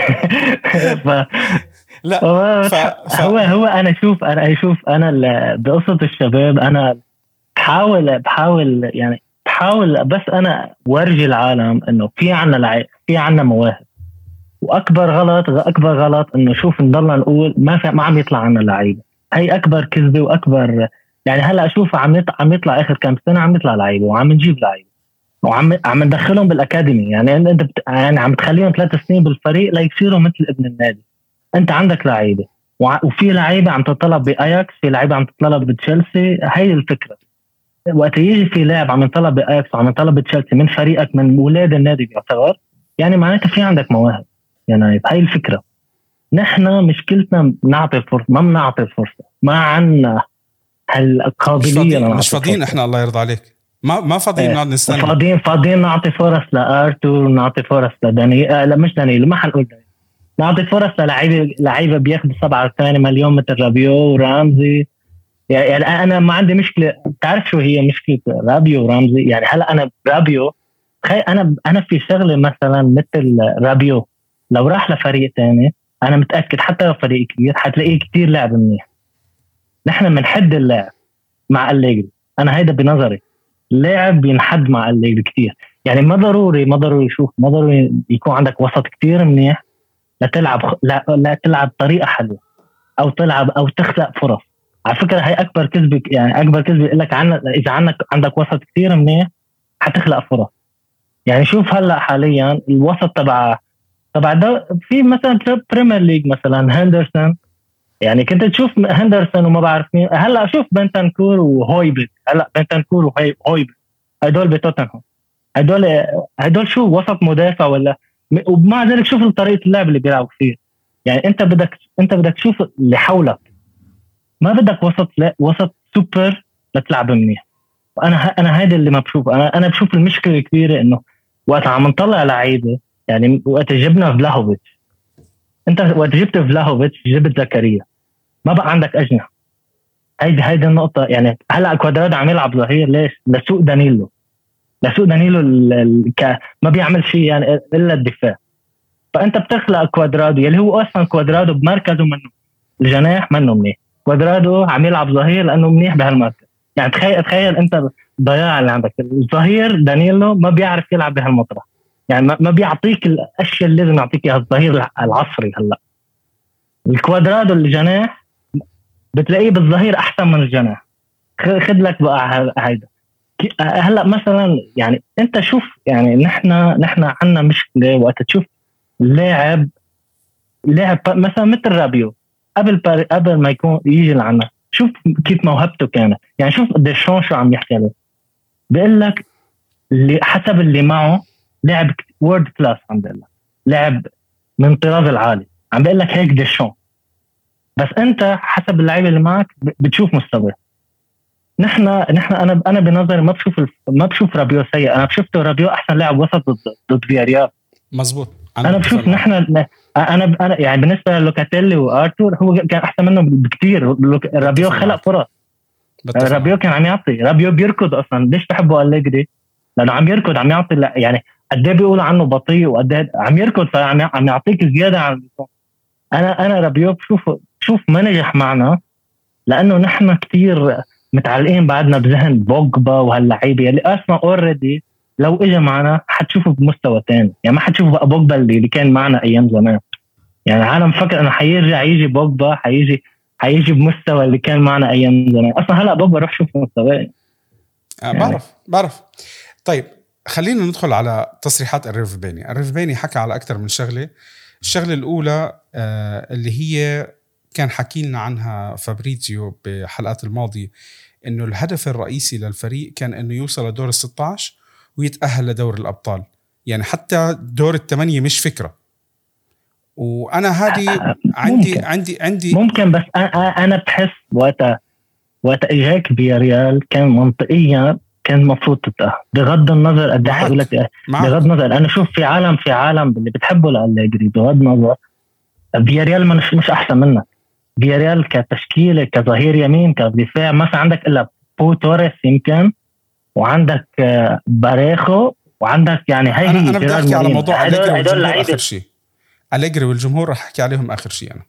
A: لا
B: هو أنا أشوف أنا بقصة الشباب أنا بحاول بس أنا ورجي العالم إنه في عنا مواهب. وأكبر غلط إنه شوف نضلنا نقول ما عم يطلع عنا لعيبة. هي أكبر كذبة وأكبر يعني. هلا أشوف عم يطلع آخر كم سنة عم يطلع لعيبة وعم نجيب لعيبة وعم ندخلهم بالأكاديمي. يعني أنت يعني عم تخليهم 3 سنين بالفريق ليصيروا مثل ابن النادي. أنت عندك لعيبة وفي لعيبة عم تطلب بأياكس، في لعيبة عم تطلب بتشيلسي. هاي الفكرة. وقت يجي في لاعب عم يطلب بأياكس وعم يطلب بتشيلسي من فريقك من ولاد النادي بيعتبر يعني معناته في عندك مواهب. يعني هاي الفكرة. نحن مشكلتنا نعطي فرصة، ما بنعطي الفرصة، ما عنا هالقابلية.
A: مش فاضيين احنا، الله يرضى عليك. ما فاضيين نقعد نستنى.
B: فاضيين نعطي فرص لارتور ونعطي فرص لا مش دانييلو، ما حنقول دانييلو. نعطي فرص لعيبه بياخذوا 7-8 مليون مثل رابيو ورامزي. يعني انا ما عندي مشكله. تعرف شو هي مشكله رابيو ورامزي؟ يعني هلا انا رابيو انا في شغله مثلا مثل رابيو لو راح لفريق تاني انا متاكد حتى لو فريق كبير حتلاقيه كتير لاعب منيح. نحن بنحد اللاعب مع أليجري. انا هيدا بنظري لاعب بينحد مع أليجري كتير. يعني ما ضروري ما ضروري يكون عندك وسط كتير منيح لا تلعب طريقه حلوه او تخلق فرص. على فكره هي اكبر كذبه. يعني اكبر كذبه يقول لك اذا عندك وسط كتير منيح حتخلق فرص. يعني شوف هلا حاليا الوسط تبع في مثلا بريمير ليج مثلا هندرسون. يعني كنت تشوف هندرسون وما بعرف مين. هلا شوف بنتنكور وهويبرغ. هلا بنتنكور وهويبرغ هدول بتوتنهام. هدول شو وسط مدافع ولا؟ ومع ذلك شوف طريقه اللعب اللي بيلعبوا فيه. يعني انت بدك تشوف اللي حولك. ما بدك وسط سوبر لتلعب منيح. انا هذا اللي ما بشوف. انا بشوف المشكله الكبيره انه وقت عم نطلع لعيبه. يعني وقت جبنا فلاهوفيتش، انت وقت جبت فلاهوفيتش جبت زكريا، ما بقى عندك اجنحه. هيدي النقطه. يعني هلا كوادرادو عم يلعب ظهير ليش؟ لسوق دانيلو ما بيعمل شيء يعني الا الدفاع. فانت بتخلق كوادرادو يلي هو اصلا كوادرادو بمركزه منه الجناح منه منيح. كوادرادو عم يلعب ظهير لانه منيح بهالمركز. يعني تخيل انت ضياع اللي عندك. الظهير دانيلو ما بيعرف يلعب بهالمطرح. يعني ما بيعطيك الاشياء اللي لازم يعطيك اياها الظهير العصري. هلا الكوادرادو الجناح بتلاقيه بالظهير احسن من الجناح. خد لك بقى هيدا. هلا مثلا يعني انت شوف يعني نحن عنا مشكله وقت تشوف لاعب مثلا مثل رابيو قبل ما يكون يجي لعنا. شوف كيف موهبته كانت. يعني شوف ديشون شو عم يحكي له. بيقول لك اللي حسب اللي معه لاعب وورد كلاس. عم بيقول لك لاعب من طراز العالي. عم بيقول لك هيك ديشون. بس انت حسب اللعيبه اللي معك بتشوف مستوى. نحن انا بنظري ما بشوف رابيو سيء. انا شفته رابيو احسن لاعب وسط ضد فياريال.
A: مزبوط.
B: انا بشوف نحن انا يعني بالنسبه لوكاتيلي وارتور هو كان احسن منه بكثير. رابيو خلق فرص. رابيو كان عم يعطي. رابيو بيركض اصلا. ليش بحبه أليجري؟ لانه عم يركض عم يعطي. يعني قد ايه بيقولوا عنه بطيء وقد عم يركض فعم يعطيك زياده عن اللزوم. انا رابيو بشوف ما نجح معنا لانه نحن كتير متعلقين بعدنا بذهن بوجبا وهاللعيبه اللي اصلا اوريدي لو اجى معنا حتشوفه بمستوى تاني. يعني ما حتشوف بقى بوجبا اللي كان معنا ايام زمان. يعني العالم فكر انه حيرجع يجي بوجبا حيجي بمستوى اللي كان معنا ايام زمان. اصلا هلا بوجبا روح شوف مستواه.
A: يعني بعرف. طيب خلينا ندخل على تصريحات الريفبيني حكى على اكثر من شغله. الشغله الاولى اللي هي كان حكي لنا عنها فابريزيو بحلقات الماضية، إنه الهدف الرئيسي للفريق كان إنه يوصل لدور 16 ويتأهل لدور الأبطال. يعني حتى دور الثمانية مش فكرة. وأنا هذه عندي
B: ممكن، بس أنا بحس وقت إجاك فياريال كان منطقيا كان مفروض تتأهل بغض النظر قد ايه حقول لك. بغض النظر انا شوف في عالم اللي بتحبوا الأليجري بغض النظر فياريال مش احسن منك. فياريال كتشكيله كظهير يمين كدفاع ما في عندك الا بو توريس يمكن، وعندك باريخو، وعندك يعني هاي
A: انا بدي احكي على موضوع أليجري والجمهور اخر شيء. أليجري والجمهور رح احكي عليهم اخر شيء انا.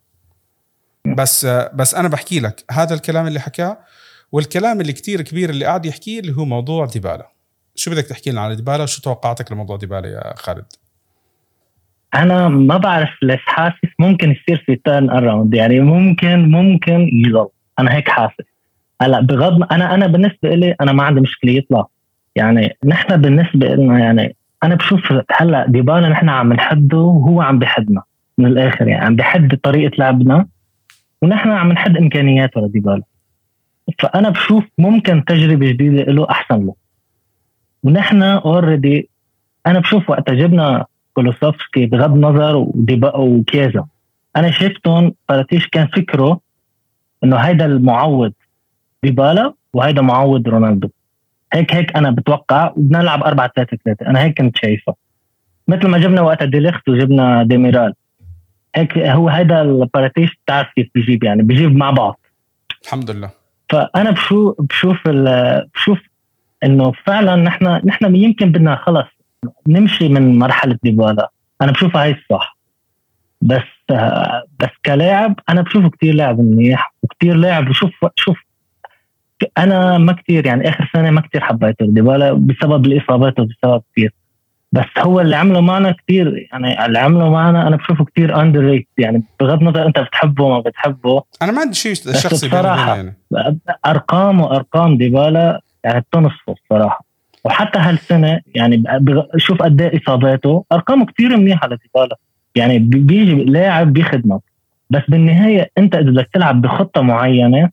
A: بس انا بحكي لك هذا الكلام اللي حكاه والكلام اللي كتير كبير اللي قاعد يحكيه اللي هو موضوع ديبالا. شو بدك تحكي لنا على ديبالا وشو توقعاتك لموضوع ديبالا يا خالد؟
B: أنا ما بعرف ليش حاسس ممكن يصير في تيرن أراوند، يعني ممكن يضل. أنا هيك حاسس. هلا بغض أنا بالنسبة لي أنا ما عندي مشكلة يطلع. يعني نحن بالنسبة لنا يعني أنا بشوف هلا ديبالا نحن عم نحده وهو عم بحدنا من الآخر، يعني عم بحد طريقة لعبنا ونحن عم نحد إمكانياته لديبالا. فأنا بشوف ممكن تجربة جديدة له أحسن له. ونحن already أنا بشوف وقت جبنا كولوسوفسكي بغض النظر وكيزا أنا شفتهم باراتيش كان فكره إنه هيدا المعوض ديبالا وهيدا معوض رونالدو. هيك أنا بتوقع وبنلعب 4-3-3. أنا هيك كنت شايفه مثل ما جبنا وقت ديليخت وجبنا ديميرال. هيك هو هيدا الباراتيش تعرف كيف بيجيب، يعني بيجيب مع بعض
A: الحمد لله.
B: فأنا بشوف إنه فعلا نحن يمكن بدنا خلص نمشي من مرحلة ديبالا. أنا بشوفها هاي الصح. بس كلاعب أنا بشوفه كتير لاعب منيح وكتير لاعب. شوف أنا ما كتير يعني آخر سنة ما كتير حبيته ديبالا بسبب الإصابات وبسبب كتير. بس هو اللي عمله معنا كتير، يعني اللي عمله معنا أنا بشوفه كتير underrated. يعني بغض النظر أنت بتحبه ما بتحبه.
A: أنا ما عندي شيء شخصي
B: بصراحة
A: يعني.
B: أرقام ديبالا يعني تنصف الصراحة. وحتى هالسنة يعني شوف قد ايه إصاباته أرقامه كتير منيحة لديبالا. يعني بيجي لاعب بيخدمك. بس بالنهاية أنت إذا بدك تلعب بخطة معينة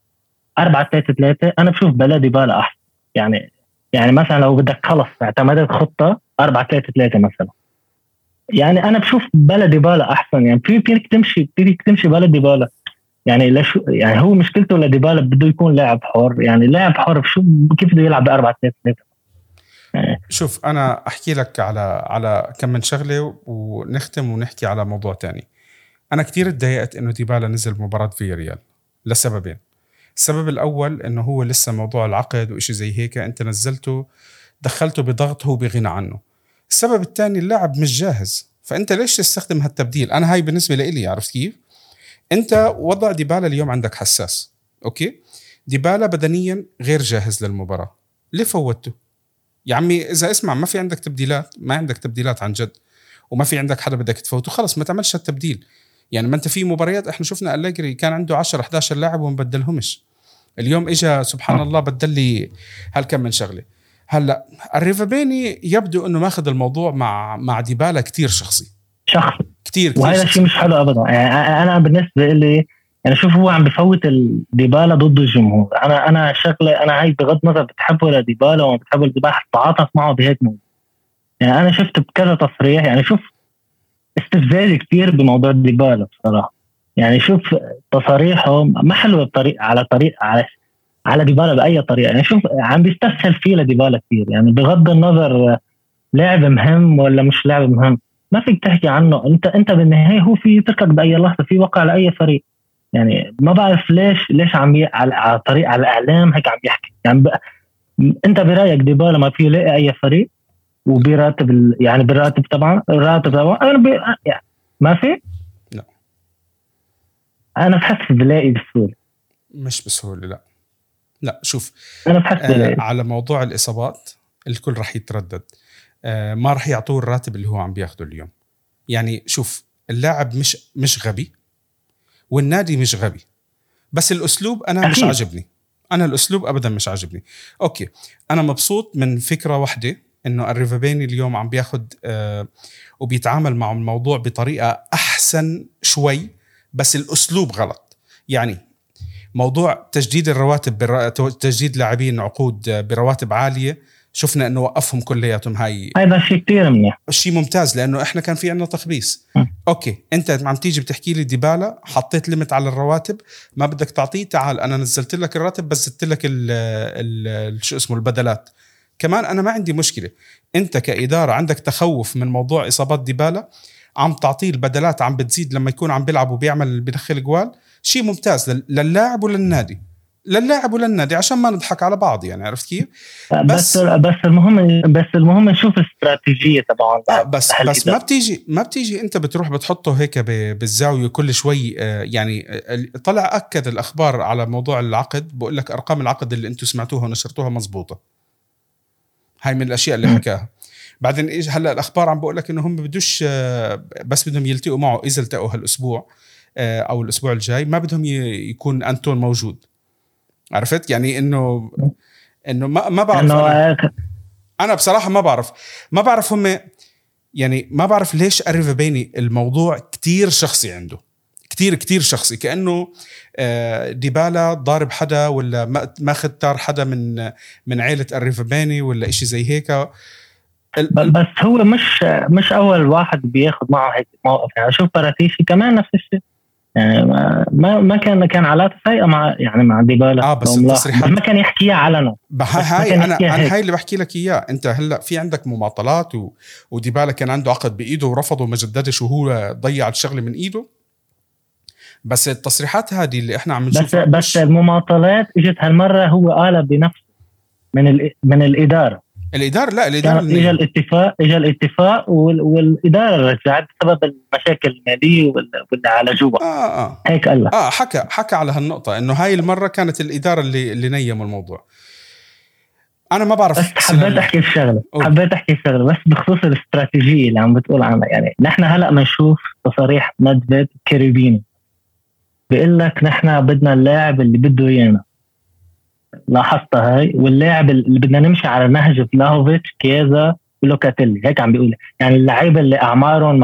B: 4-3-3 أنا بشوف بلا ديبالا أحسن. يعني مثلا لو بدك خلص اعتمدت خطة 4-3-3 مثلا، يعني أنا بشوف بلا ديبالا أحسن. يعني فيك تمشي بلا ديبالا. يعني ليش يعني هو مشكلته لديبالا بده يكون لاعب حر. يعني لاعب حر كيف بده يلعب ب4-3-3؟
A: شوف أنا أحكي لك على كم من شغلة ونختم ونحكي على موضوع تاني. أنا كتير اتضايقت إنه ديبالا نزل مباراة فياريال لسببين. السبب الأول إنه هو لسه موضوع العقد وإشي زي هيك أنت نزلته دخلته بضغط هو بغنى عنه. السبب الثاني اللاعب مش جاهز، فأنت ليش تستخدم هالتبديل؟ أنا هاي بالنسبة لي عرفت كيف؟ أنت وضع ديبالا اليوم عندك حساس، أوكي؟ ديبالا بدنيا غير جاهز للمباراة، ليه فوتته؟ يا عمي إذا اسمع ما في عندك تبديلات، ما عندك تبديلات عن جد، وما في عندك حدا بدك تفوته، خلص ما تعملش التبديل. يعني ما أنت في مباريات إحنا شفنا أليجري كان عنده 10-11 لاعب ومبدلهمش. اليوم إجا سبحان الله بدل لي هالكم من شغلة. هلا الريفابيني يبدو إنه ماخذ الموضوع مع ديبالا كتير شخصي كتير
B: وهذا شيء مش حلو أبدا. يعني أنا بالنسبة لي يعني شوف هو عم بفوت ديبالا ضد الجمهور. أنا شغلة أنا هاي بغض نظر بتحبه لديبالا وما بتحبه لديبالا تعاطف معه بهيك موضوع. يعني أنا شفت بكذا تصريح يعني شوف استفزازي كتير بموضوع ديبالا بصراحة. يعني شوف تصاريحه ما حلوة على ديبالا بأي طريقة. يعني شوف عم بيستسهل فيه لديبالا كتير. يعني بغض النظر لاعب مهم ولا مش لاعب مهم ما فيك تحكي عنه. انت بالنهاية هو في تركك بأي لحظة في وقع لأي فريق. يعني ما بعرف ليش على طريق على الإعلام هيك عم يحكي. يعني انت برأيك ديبالا ما فيه لاقي أي فريق وبراتب يعني بالراتب طبعا يعني ما في.
A: لا
B: أنا بحس بلاقي بسهولة.
A: مش بسهولة لا شوف
B: أنا بحس
A: على موضوع الإصابات الكل رح يتردد. ما رح يعطوه الراتب اللي هو عم بياخده اليوم. يعني شوف اللاعب مش غبي والنادي مش غبي، بس الأسلوب أنا مش عجبني. أنا الأسلوب أبدا مش عجبني. أوكي أنا مبسوط من فكرة واحدة إنه الريفابيني اليوم عم بياخد وبيتعامل مع الموضوع بطريقة أحسن شوي، بس الأسلوب غلط. يعني موضوع تجديد الرواتب تجديد لاعبين عقود برواتب عالية شفنا انه وقفهم كلياتهم.
B: هذا شيء كتير منيح،
A: شيء ممتاز، لانه احنا كان في عندنا تخبيص. اوكي انت عم تيجي بتحكي لي ديبالا حطيت ليميت على الرواتب، ما بدك تعطيه، تعال انا نزلت لك الراتب بس زدت لك شو اسمه البدلات كمان، انا ما عندي مشكله. انت كاداره عندك تخوف من موضوع اصابات ديبالا، عم تعطيه البدلات عم بتزيد لما يكون عم بيلعب وبيعمل بيدخل جوال، شيء ممتاز للاعب وللنادي، عشان ما نضحك على بعض يعني، عرفت كيف؟
B: بس المهم نشوف الاستراتيجيه تبعهم.
A: بس ما بتيجي انت بتروح بتحطه هيك بالزاويه كل شوي. يعني طلع اكد الاخبار على موضوع العقد، بقول لك ارقام العقد اللي انتم سمعتوها ونشرتوها مزبوطه، هاي من الاشياء اللي حكاها. بعدين ايش هلا الاخبار عم بقول لك انه هم بدوش، بس بدهم يلتقوا معه، اذا التقوا هالاسبوع او الاسبوع الجاي ما بدهم يكون أنتون موجود. عرفت يعني انه ما بعرف أنا بصراحه ما بعرف هم يعني، ما بعرف ليش أريفا بيني الموضوع كتير شخصي عنده، كتير شخصي، كأنه ديبالا ضارب حدا ولا ماخذ تار حدا من عائلة أريفا بيني ولا إشي زي هيك.
B: بس هو مش أول واحد بياخد معه هيك موقف. يعني أشوف باراتيشي كمان نفس الشيء، يعني ما كان علاقة سيئة مع ديبالا.
A: بس التصريحات
B: ما كان يحكيها علنا.
A: هاي أنا هاي اللي بحكي لك إياه. أنت هلأ في عندك مماطلات وديبالا كان عنده عقد بإيده ورفضه وما جددش وهو ضيع الشغل من إيده. بس التصريحات هذه اللي إحنا عم نشوفها
B: بس المماطلات إجت هالمرة هو قال بنفسه من الإدارة.
A: لا الإدارة
B: إجا الاتفاق والإدارة رجعت بسبب المشاكل المالية واللي على جوا. هيك قال لك.
A: حكى على هالنقطة إنه هاي المرة كانت الإدارة اللي نيموا الموضوع. أنا ما بعرف،
B: بس حبيت أحكي شغلة بس بخصوص الاستراتيجية اللي عم بتقول عنها. يعني نحن هلأ ما نشوف تصريح مدفيد كاريبيني بيقول لك نحن بدنا اللاعب اللي بده إيانا، لاحظتها هاي، واللاعب اللي بدنا نمشي على نهج فلاهوفيتش كيزا ولوكاتيلي. هيك عم بيقول يعني اللعيبة اللي أعمارهم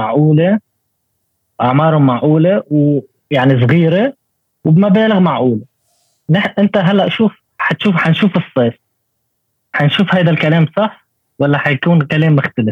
B: معقولة ويعني صغيرة وبمبالغ معقولة. أنت هلأ حنشوف الصيف، حنشوف هذا الكلام صح ولا حيكون كلام مختلف.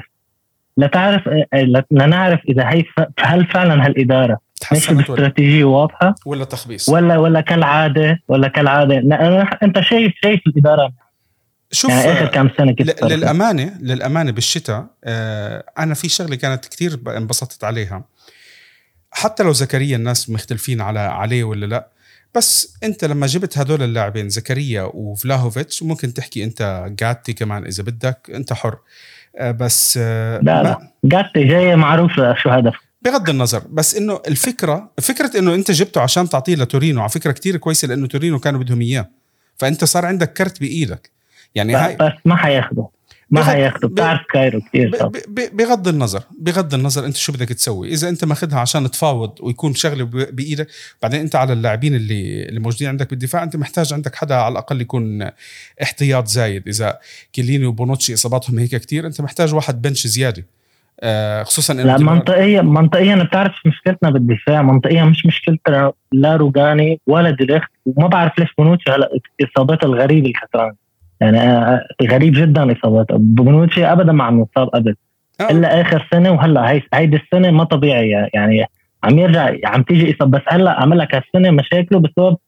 B: لنعرف إذا هل فعلا هالإدارة ماشي باستراتيجية واضحة
A: ولا تخبيص
B: ولا كالعادة أنت شايف الإدارة.
A: شوف
B: يعني آخر كم سنة كيف
A: للأمانة بالشتاء أنا في شغلة كانت كتير انبسطت عليها، حتى لو زكريا الناس مختلفين عليه ولا لا، بس أنت لما جبت هدول اللاعبين زكريا وفلاهوفيتش، ممكن تحكي أنت جاتي كمان إذا بدك، أنت حر. بس
B: لا جاتي جاية معروف شو هدف
A: بغض النظر. بس إنه فكرة إنه أنت جبته عشان تعطيه لتورينو، على فكرة كتير كويسة، لأنه تورينو كانوا بدهم إياه، فأنت صار عندك كرت بإيدك يعني.
B: بس ما حياخده بتعرف كايرو كتير.
A: بغض النظر أنت شو بدك تسوي، إذا أنت ماخدها عشان تفاوض ويكون شغله بإيدك، بعدين أنت على اللاعبين اللي موجودين عندك بالدفاع أنت محتاج عندك حدا على الأقل يكون احتياط زايد. إذا كيليني وبونوتشي إصاباتهم هيك كتير، أنت محتاج واحد بنش زيادة، خصوصا
B: لا منطقيا بتعرف مشكلتنا بالدفاع منطقيا مش مشكلتنا لا روجاني ولا ديليخت، وما بعرف ليش بونوتشي هلا إصابات الغريب الخسران. يعني غريب جدا إصابات بونوتشي، أبدا ما عم يصاب قبل إلا آخر سنة، وهلا هيدي السنة ما طبيعي يعني عم يرجع عم تيجي إصابة. بس هلا عمل لك هالسنة مشاكله بسبب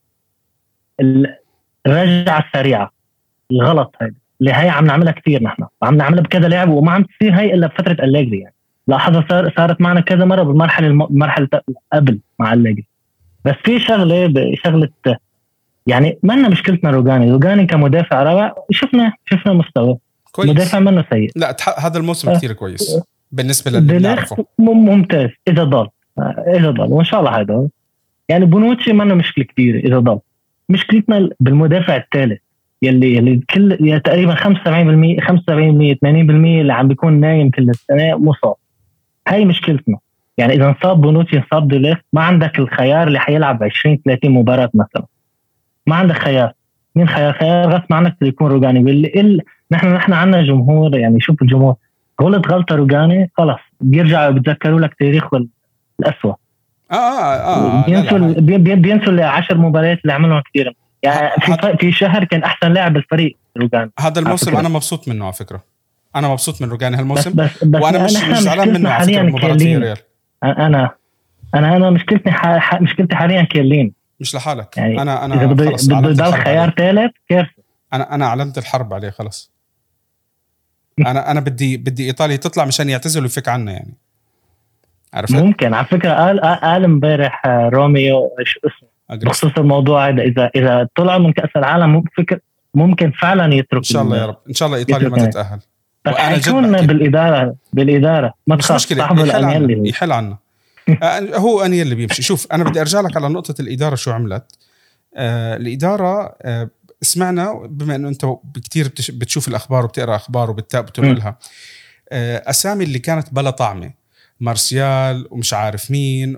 B: الرجعة السريعة الغلط هاي اللي هي عم نعملها كتير. نحن عم نعملها بكذا لاعب وما عم تصير هاي إلا بفترة أليجري. يعني لاحظها صارت معنا كذا مرة بالمرحلة قبل مع أليجري. بس في شغلة يعني ما لنا مشكلتنا روجاني كمدافع رائع، شفنا مستوى كويس. مدافع منه سيء.
A: لا هذا الموسم كتير كويس بالنسبة للي نعرفه،
B: ممتاز إذا ضل وإن شاء الله هذا. يعني بونوتشي ما لنا مشكلة كتير إذا ضل. مشكلتنا بالمدافع الثالث يلي تقريبا 75% 80% اللي عم بيكون نايم كل السنة مصاب. هاي مشكلتنا. يعني إذا انصاب بونوتشي انصاب ديليخت، ما عندك الخيار اللي حيلعب 20-30 مباراة مثلا، ما عندك خيار. مين خيار غصب عنك يكون روجاني. نحن عنا جمهور، يعني شوف الجمهور غلطة روجاني خلاص بيرجعوا بيتذكروا لك تاريخ الأسوأ. بينسوا ال10 مباريات اللي عملهم كتير. يعني في شهر كان احسن لاعب الفريق روجاني
A: هذا الموسم. انا مبسوط منه على فكره، انا مبسوط من روجاني هالموسم.
B: بس
A: وانا مش زعلان منه على فكره مباراه ريال.
B: انا مشكلتي حاليا كيلين.
A: مش لحالك
B: يعني
A: انا
B: خلص بده خيار ثالث كيف.
A: انا اعلنت الحرب عليه خلص. انا بدي ايطاليا تطلع مشان يعتزل ويفك عنا يعني. عرفت؟
B: ممكن على فكره قال امبارح روميو ايش اسمه بخصوص الموضوع هذا، اذا طلعوا من كاس العالم ممكن فعلا يترك.
A: ان شاء الله يا رب، ان شاء الله ايطاليا ما تتاهل.
B: وانا جد بالاداره ما تخاف صاحب
A: الانيلي يحل عنا. هو انيل اللي بيمشي. شوف انا بدي ارجع لك على نقطه الاداره شو عملت. الاداره سمعنا بما انه انت كتير بتشوف الاخبار وبتقرا اخبار وبتنقلها، اسامي اللي كانت بلا طعمه، مارسيال ومش عارف مين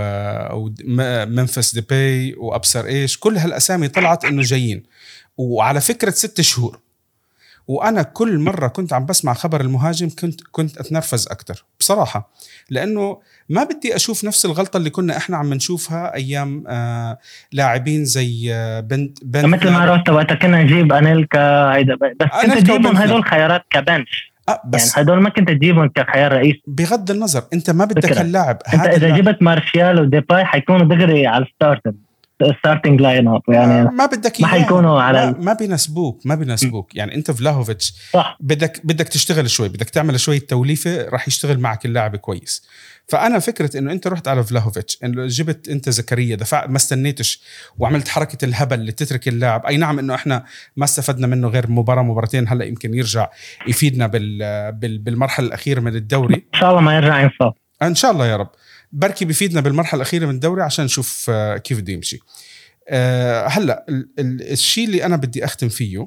A: ومنفس ديباي وابصر ايش، كل هالاسامي طلعت انه جايين وعلى فكره 6 شهور. وانا كل مره كنت عم بسمع خبر المهاجم كنت اتنرفز اكتر بصراحه، لانه ما بدي اشوف نفس الغلطه اللي كنا احنا عم نشوفها ايام لاعبين زي بنت
B: مثل ما روتا وقت كنا نجيب انيلكا هيدا، بس كنت تجيبهم هدول خيارات كبنش.
A: بس
B: يعني هدول ما كنت تجيبهم كخيار رئيسي.
A: بغض النظر انت ما بدك اللاعب
B: انت اذا جبت مارشال وديباي حيكونوا دغري على الستارتنج لاين اب، يعني
A: ما بدك
B: ما حيكونوا على
A: ما بيناسبوك يعني. انت فلاهوفيتش بدك تشتغل شوي، بدك تعمل شويه توليفه راح يشتغل معك اللاعب كويس. فانا فكره انه انت رحت على فلاهوفيتش، انه جبت انت زكريا دفع ما استنيتش وعملت حركه الهبل اللي تترك اللاعب. اي نعم انه احنا ما استفدنا منه غير مباراتين، هلا يمكن يرجع يفيدنا بالمرحله الاخيره من الدوري.
B: ان شاء الله ما يرجع ينصاب،
A: ان شاء الله يا رب. بركي بيفيدنا بالمرحله الاخيره من الدوري عشان نشوف كيف بده يمشي. هلا الشيء اللي انا بدي اختم فيه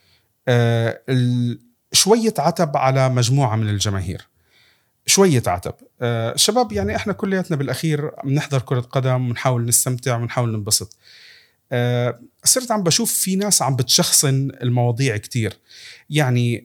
A: شويه عتب على مجموعه من الجماهير، شويه عتب. شباب يعني احنا كلياتنا بالاخير بنحضر كره قدم ونحاول نستمتع ونحاول ننبسط. صرت عم بشوف في ناس عم بتشخصن المواضيع كتير. يعني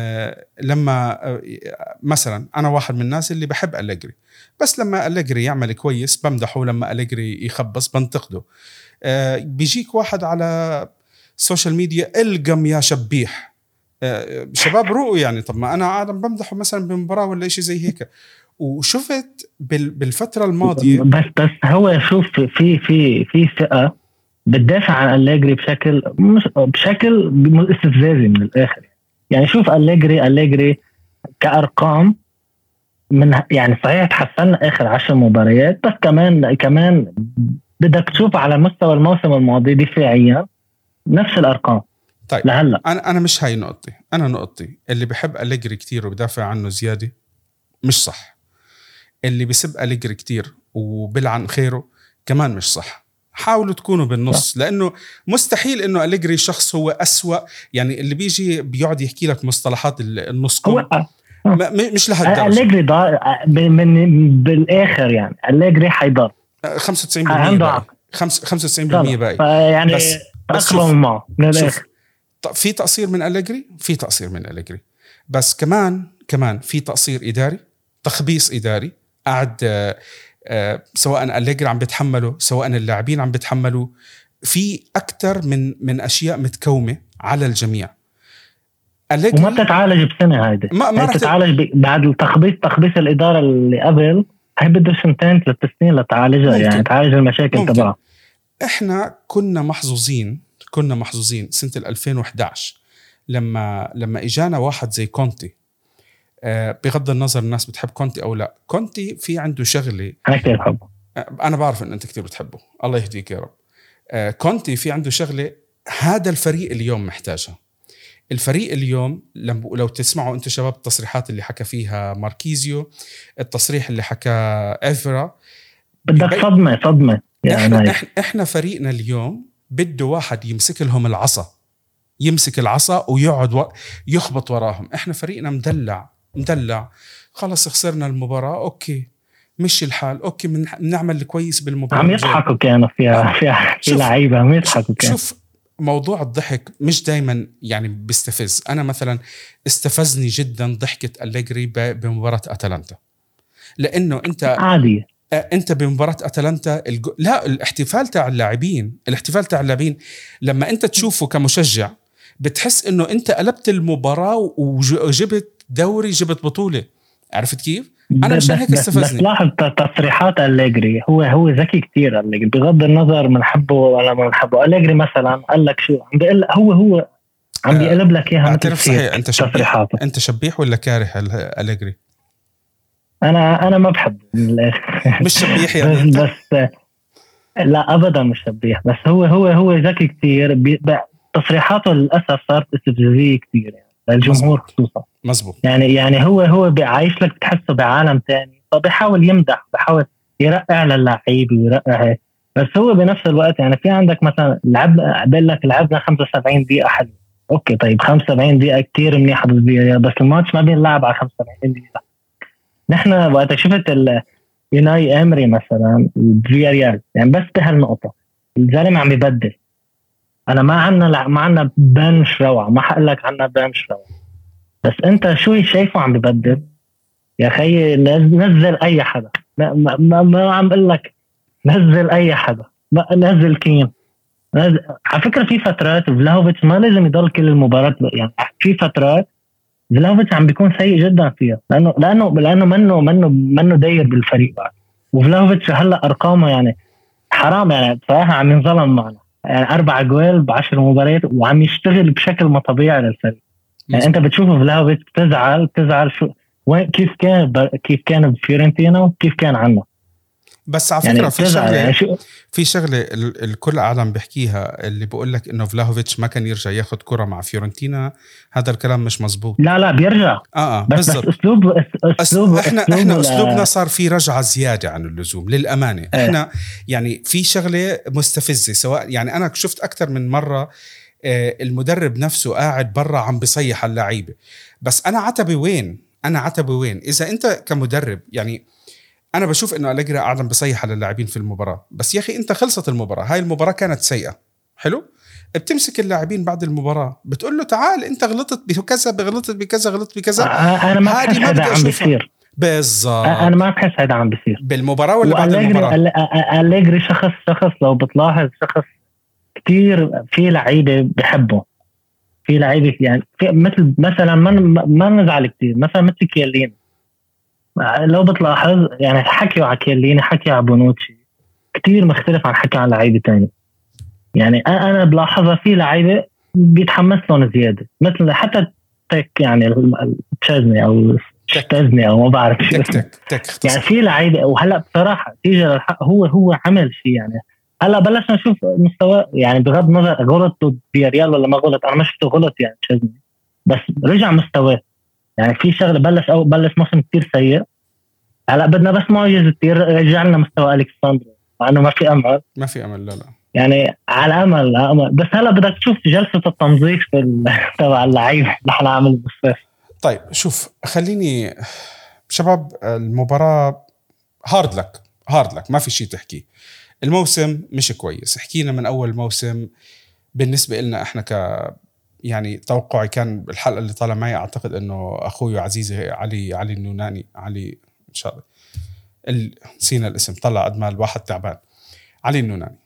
A: لما مثلا أنا واحد من الناس اللي بحب أليجري، بس لما أليجري يعمل كويس بمدحه، لما أليجري يخبص بنتقده. بيجيك واحد على السوشيال ميديا القم يا شبيح. شباب روقوا يعني. طب ما أنا قاعد بمدحه مثلا بمباراة ولا إشي زي هيك. وشفت بالفترة الماضية
B: بس هو شوف في فئة بتدافع عن أليجري بشكل استفزازي من الآخر. يعني شوف أليجري كأرقام من يعني صحيح تحسن آخر 10 مباريات، بس كمان بدك تشوف على مستوى الموسم الماضي دفاعيا نفس الأرقام.
A: طيب
B: لهلا
A: أنا مش هاي نقطتي. أنا نقطتي اللي بحب أليجري كتير وبدافع عنه زيادة مش صح. اللي بيسب أليجري كتير وبلعن خيره كمان مش صح. حاولوا تكونوا بالنص، لأنه مستحيل إنه أليجري شخص هو أسوأ. يعني اللي بيجي بيقعد يحكي لك مصطلحات النص مش لهالدرجة.
B: أليجري من بالآخر يعني أليجري حيضر
A: 95% باقي 95% باقي.
B: يعني بس معه من الآخر.
A: في تقصير من أليجري، في تقصير من أليجري، بس كمان في تقصير إداري، تخبيص إداري قاعد سواء أليجري عم بيتحمله سواء اللاعبين عم بيتحملوا. في أكتر من أشياء متكومة على الجميع.
B: وما بتتعالج بسنة هيدي، ما بتتعالج بعد تخبيص الإدارة اللي قبل. هي بدها 2 3 سنين لتعالجها، يعني تعالج المشاكل تبعها.
A: إحنا كنا محظوظين سنة 2011 لما إجانا واحد زي كونتي. بغض النظر الناس بتحب كونتي أو لا، كونتي في عنده شغلة
B: أنا كتير بحبه.
A: أنا بعرف إن أنت كتير بتحبه، الله يهديك يا رب. كونتي في عنده شغلة هذا الفريق اليوم محتاجها. الفريق اليوم لو تسمعوا أنتوا شباب التصريحات اللي حكى فيها ماركيزيو، التصريح اللي حكى إيفرا،
B: بدك صدمة يعني.
A: إحنا فريقنا اليوم بده واحد يمسك لهم يمسك العصا ويقعد يخبط وراهم. إحنا فريقنا مدلع خلص خسرنا المباراة، أوكي مش الحال، أوكي بنعمل كويس بالمباراة.
B: عم يضحكوا كانوا فيها لعيبة عم يضحكوا كانوا.
A: شوف موضوع الضحك مش دايما يعني بيستفز. أنا مثلا استفزني جدا ضحكة أليجري بمباراة أتلانتا، لأنه أنت
B: عادي
A: انت بمباراة اتلانتا لا، الاحتفال تاع اللاعبين لما انت تشوفه كمشجع بتحس انه انت قلبت المباراة وجبت دوري، جبت بطولة. عرفت كيف؟ انا مشان هيك استفزني.
B: بس لاحظ تصريحات أليجري، هو ذكي كتير أليجري، بغض النظر من حبه ولا ما نحبه. أليجري مثلا قال لك شو عم بيقول، هو عم بيقلب لك اياها مثل
A: صحيح. انت شبيح ولا كاره أليجري؟
B: انا ما بحب
A: مش شبيح يعني انت؟
B: بس لا ابدا مش شبيح، بس هو ذكي كتير. تصريحاته للاسف صارت استفزازيه كتير يعني للجمهور خصوصا.
A: مزبوط.
B: يعني هو بيعيش لك تحسه بعالم تاني، فبيحاول يمدح، بيحاول يرقع للاعب ويرقع هيك. بس هو بنفس الوقت يعني في عندك مثلا لعبنا 75 دقيقه حلو، اوكي طيب 75 دقيقه كتير منيحه بالبيئة، بس الماتش ما بينلعب على 75 دقيقه. نحن وقت شفت يوناي امري مثلا فياريال يعني بس بهالنقطه الزلمه عم يبدل. انا ما عنا بنش روعه، ما حقول لك عنا بنش روعه، بس انت شو شايفه عم ببدل يا خيي؟ نزل اي حدا، ما عم بقول لك نزل اي حدا، نزل كين. على فكره في فترات فلاهوفيتش ما لازم يضل كل المباراه، يعني في فترات فلاهوفيتش عم بيكون سيء جدا فيها، لانه منه داير بالفريق بعد. وفلاهوفيتش هلا ارقامه يعني حرام، يعني بصراحه عم ينظلم معنا، يعني 4 جوال ب10 مباريات وعم يشتغل بشكل ما طبيعي للفريق. يعني انت بتشوف فلاهوفيتش بتزعل شو وين كيف كان بفيورنتينا وكيف كان عنا.
A: بس على فكرة يعني في شغلة الكل العالم بيحكيها، اللي بقول لك إنه فلاهوفيتش ما كان يرجع ياخد كرة مع فيورنتينا. هذا الكلام مش مزبوط.
B: لا بيرجع.
A: بس
B: أسلوب
A: احنا أسلوبنا صار في رجعة زيادة عن اللزوم للأمانة. احنا يعني في شغلة مستفزة، سواء يعني أنا شفت أكثر من مرة المدرب نفسه قاعد برا عم بيصيح على اللعيبة. بس أنا عتبي وين إذا أنت كمدرب؟ يعني أنا بشوف إنه أليجري قاعد بصيح على اللاعبين في المباراة، بس يا أخي أنت خلصت المباراة، هاي المباراة كانت سيئة، حلو، بتمسك اللاعبين بعد المباراة بتقول له تعال أنت غلطت بكذا، غلطت بكذا.
B: أنا ما بحس هذا عم بيصير
A: بالضبط.
B: أنا ما بحس هذا عم بيصير
A: بالمباراة ولا بعد المباراة.
B: أليجري شخص لو بتلاحظ شخص كتير في لعيبة بحبه، في لعيبة يعني مثل مثلا ما نزعل كتير، مثلا مثل كيلين. لو بتلاحظ يعني حكيوا على كيلين، حكيوا على بونوتشي، كتير مختلف عن حكي على لعيبة تاني. يعني أنا بلاحظها في لعيبة بيتحمس لهم زيادة، مثل حتى تك يعني تشازني أو شتازني أو ما بعرف شو
A: تك
B: يعني في لعيبة. وهلأ بصراحة تيجي للحق هو عمل شيء يعني. هلا بلشنا نشوف مستوى، يعني بغض النظر غلط بياريال ولا ما غلط، انا ما شفته غلط يعني تشيزني، بس رجع مستواه. يعني في شغله بلش موسم كتير سيء، هلا بدنا بس معجزه يرجع لنا مستوى الكساندرو، مع انه ما في امل. لا يعني على امل بس هلا بدك تشوف جلسه التنظيف تبع اللعيبه نحن عامل بالصيف.
A: طيب شوف، خليني شباب، المباراه هارد لك ما في شيء تحكي. الموسم مش كويس، حكينا من أول موسم. بالنسبة لنا إحنا يعني توقعي كان الحلقة اللي طالع معي، أعتقد إنه أخوي عزيزي علي النوناني، علي إن شاء الله نسينا الاسم، طلع قد ما الواحد تعبان، علي النوناني.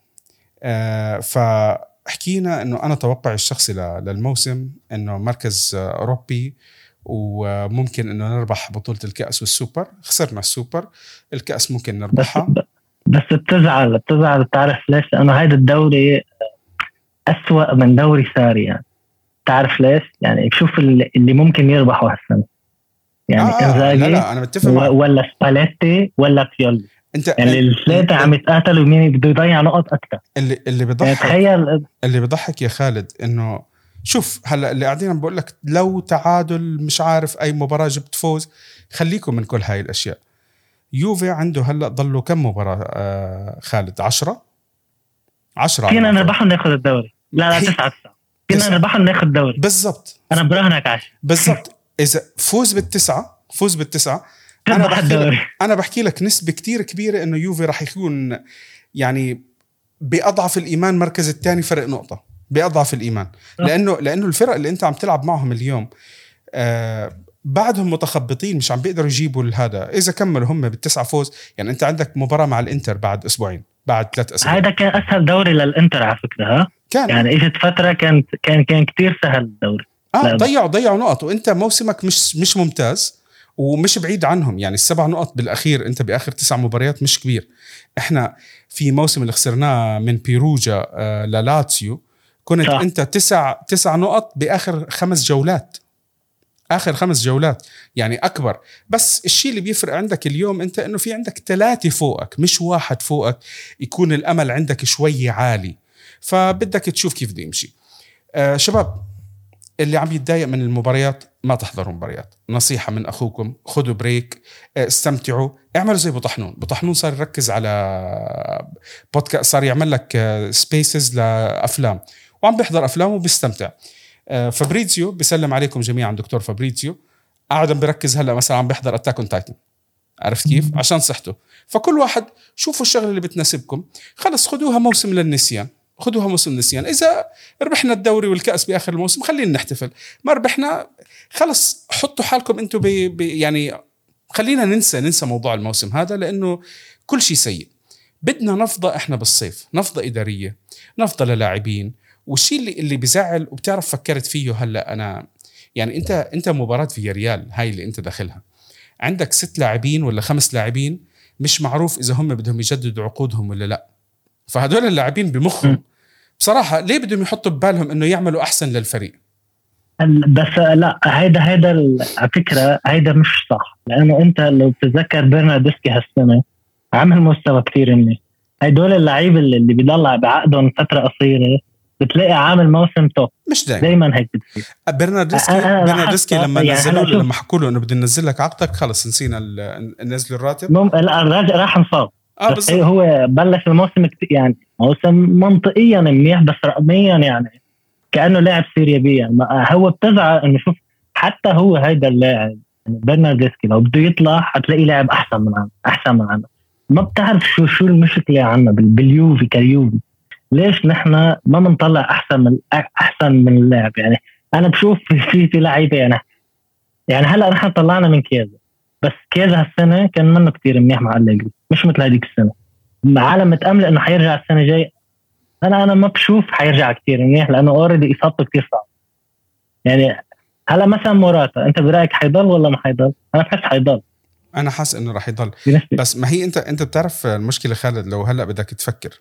A: فحكينا إنه أنا توقعي الشخصي للموسم إنه مركز أوروبي، وممكن إنه نربح بطولة الكأس والسوبر. خسرنا السوبر، الكأس ممكن نربحها.
B: بس بتزعل تعرف ليش؟ لأنه هيدا الدوري أسوأ من دوري ساري يعني. تعرف ليش؟ يعني شوف اللي ممكن يربحوا هالسنة يعني إنزاغي
A: لا أنا متفق معك.
B: ولا سباليتي ولا بيولي، يعني الثلاثة عم يتقاتلوا مين بده يضيع نقط أكثر.
A: اللي بضحك
B: يعني
A: اللي بضحك يا خالد إنه شوف هلا اللي قاعدين عم بقول لك لو تعادل مش عارف أي مباراة جبت فوز، خليكم من كل هاي الأشياء. يوفي عنده هلأ ضلوا كم مباراة خالد؟ 10
B: فينا نربحهم ناخذ الدوري. لا 9 فينا نربحهم ناخذ الدوري بالضبط. أنا براهنك 10
A: بالضبط. إذا فوز بالتسعة أنا بحكي لك نسبة كتير كبيرة إنه يوفي راح يكون يعني بأضعف الإيمان مركز الثاني، فرق نقطة بأضعف الإيمان. لأنه الفرق اللي أنت عم تلعب معهم اليوم بعدهم متخبطين مش عم بيقدروا يجيبوا هذا. إذا كملوا هم بالتسعة فوز، يعني أنت عندك مباراة مع الإنتر بعد أسبوعين، بعد 3 أسابيع.
B: هذا كان أسهل دوري للإنتر على فكرة. ها
A: كان
B: يعني إجت فترة كان كتير سهل الدوري.
A: ضيعوا نقط، وأنت موسمك مش ممتاز ومش بعيد عنهم. يعني 7 نقط بالأخير، أنت بآخر 9 مباريات مش كبير. إحنا في موسم اللي خسرناه من بيروجا للاتسيو كنت صح. أنت 9 نقط بآخر 5 جولات، آخر 5 جولات يعني أكبر. بس الشيء اللي بيفرق عندك اليوم أنت إنه في عندك 3 فوقك مش 1 فوقك، يكون الأمل عندك شوي عالي، فبدك تشوف كيف بده يمشي. شباب اللي عم يتضايق من المباريات ما تحضروا مباريات، نصيحة من أخوكم، خدوا بريك، استمتعوا، اعملوا زي بطحنون صار يركز على بودكاست، صار يعمل لك سبيسز لأفلام وعم بيحضر أفلام وبيستمتع. فابريزيو بيسلم عليكم جميعا، دكتور فابريزيو قاعد بركز هلا مثلا عم بيحضر أتاك أون تايتن، عرفت كيف؟ عشان صحته. فكل واحد شوفوا الشغله اللي بتناسبكم، خلص خدوها موسم للنسيان، خدوها موسم نسيان. إذا ربحنا الدوري والكأس بآخر الموسم خلينا نحتفل، ما ربحنا خلص حطوا حالكم أنتوا يعني خلينا ننسى موضوع الموسم هذا، لأنه كل شيء سيء. بدنا نفضى إحنا بالصيف، نفضى إدارية، نفضى للاعبين. والشيء اللي بيزعل وبتعرف فكرت فيه هلأ أنا، يعني أنت مباراة فياريال هاي اللي أنت داخلها عندك 6 لاعبين ولا 5 لاعبين مش معروف إذا هم بدهم يجددوا عقودهم ولا لا. فهدول اللاعبين بمخهم بصراحة ليه بدهم يحطوا ببالهم إنه يعملوا أحسن للفريق؟
B: بس لا، هيدا على فكرة هيدا مش صح، لأنه أنت لو تتذكر برناردسكي هالسنة عمل مستوى كتير منيح. هيدول اللعيب اللي بيضل بعقدهم فترة قصيرة بتلاقي عامل موسم توب،
A: مش
B: دايما هيك بتصير.
A: برناردسكي لما نزلوا له، لما حكوا له إنه بدنا ننزل لك عقدك، خلص نسينا ننزل الراتب.
B: لا راح انصاب. بس هو بلش الموسم يعني موسم منطقيا منيح، بس رقميا يعني كأنه لاعب سيريا بي. يعني هو بتزعل انه شوف حتى هو هيدا اللاعب يعني برناردسكي لو بده يطلع هتلاقي لاعب احسن من عنه. ما بتعرف شو المشكله عنا باليوفي كيوفي، ليش نحن ما بنطلع احسن من اللاعب؟ يعني انا بشوف في لعيبه يعني هلا نحن طلعنا من كيزا، بس كيزا هالسنه كان منه كتير منيح مع أليجري، مش مثل هذيك السنه. عالم متأمل انه حيرجع السنه الجاي، انا ما بشوف حيرجع كتير منيح لانه اوريدي اصابته كتير صعب. يعني هلا مثلا موراتا انت برايك حيضل ولا ما حيضل؟ انا بحس حيضل،
A: انا حاسس انه راح يضل. بس ما هي انت بتعرف المشكله خالد، لو هلا بدك تفكر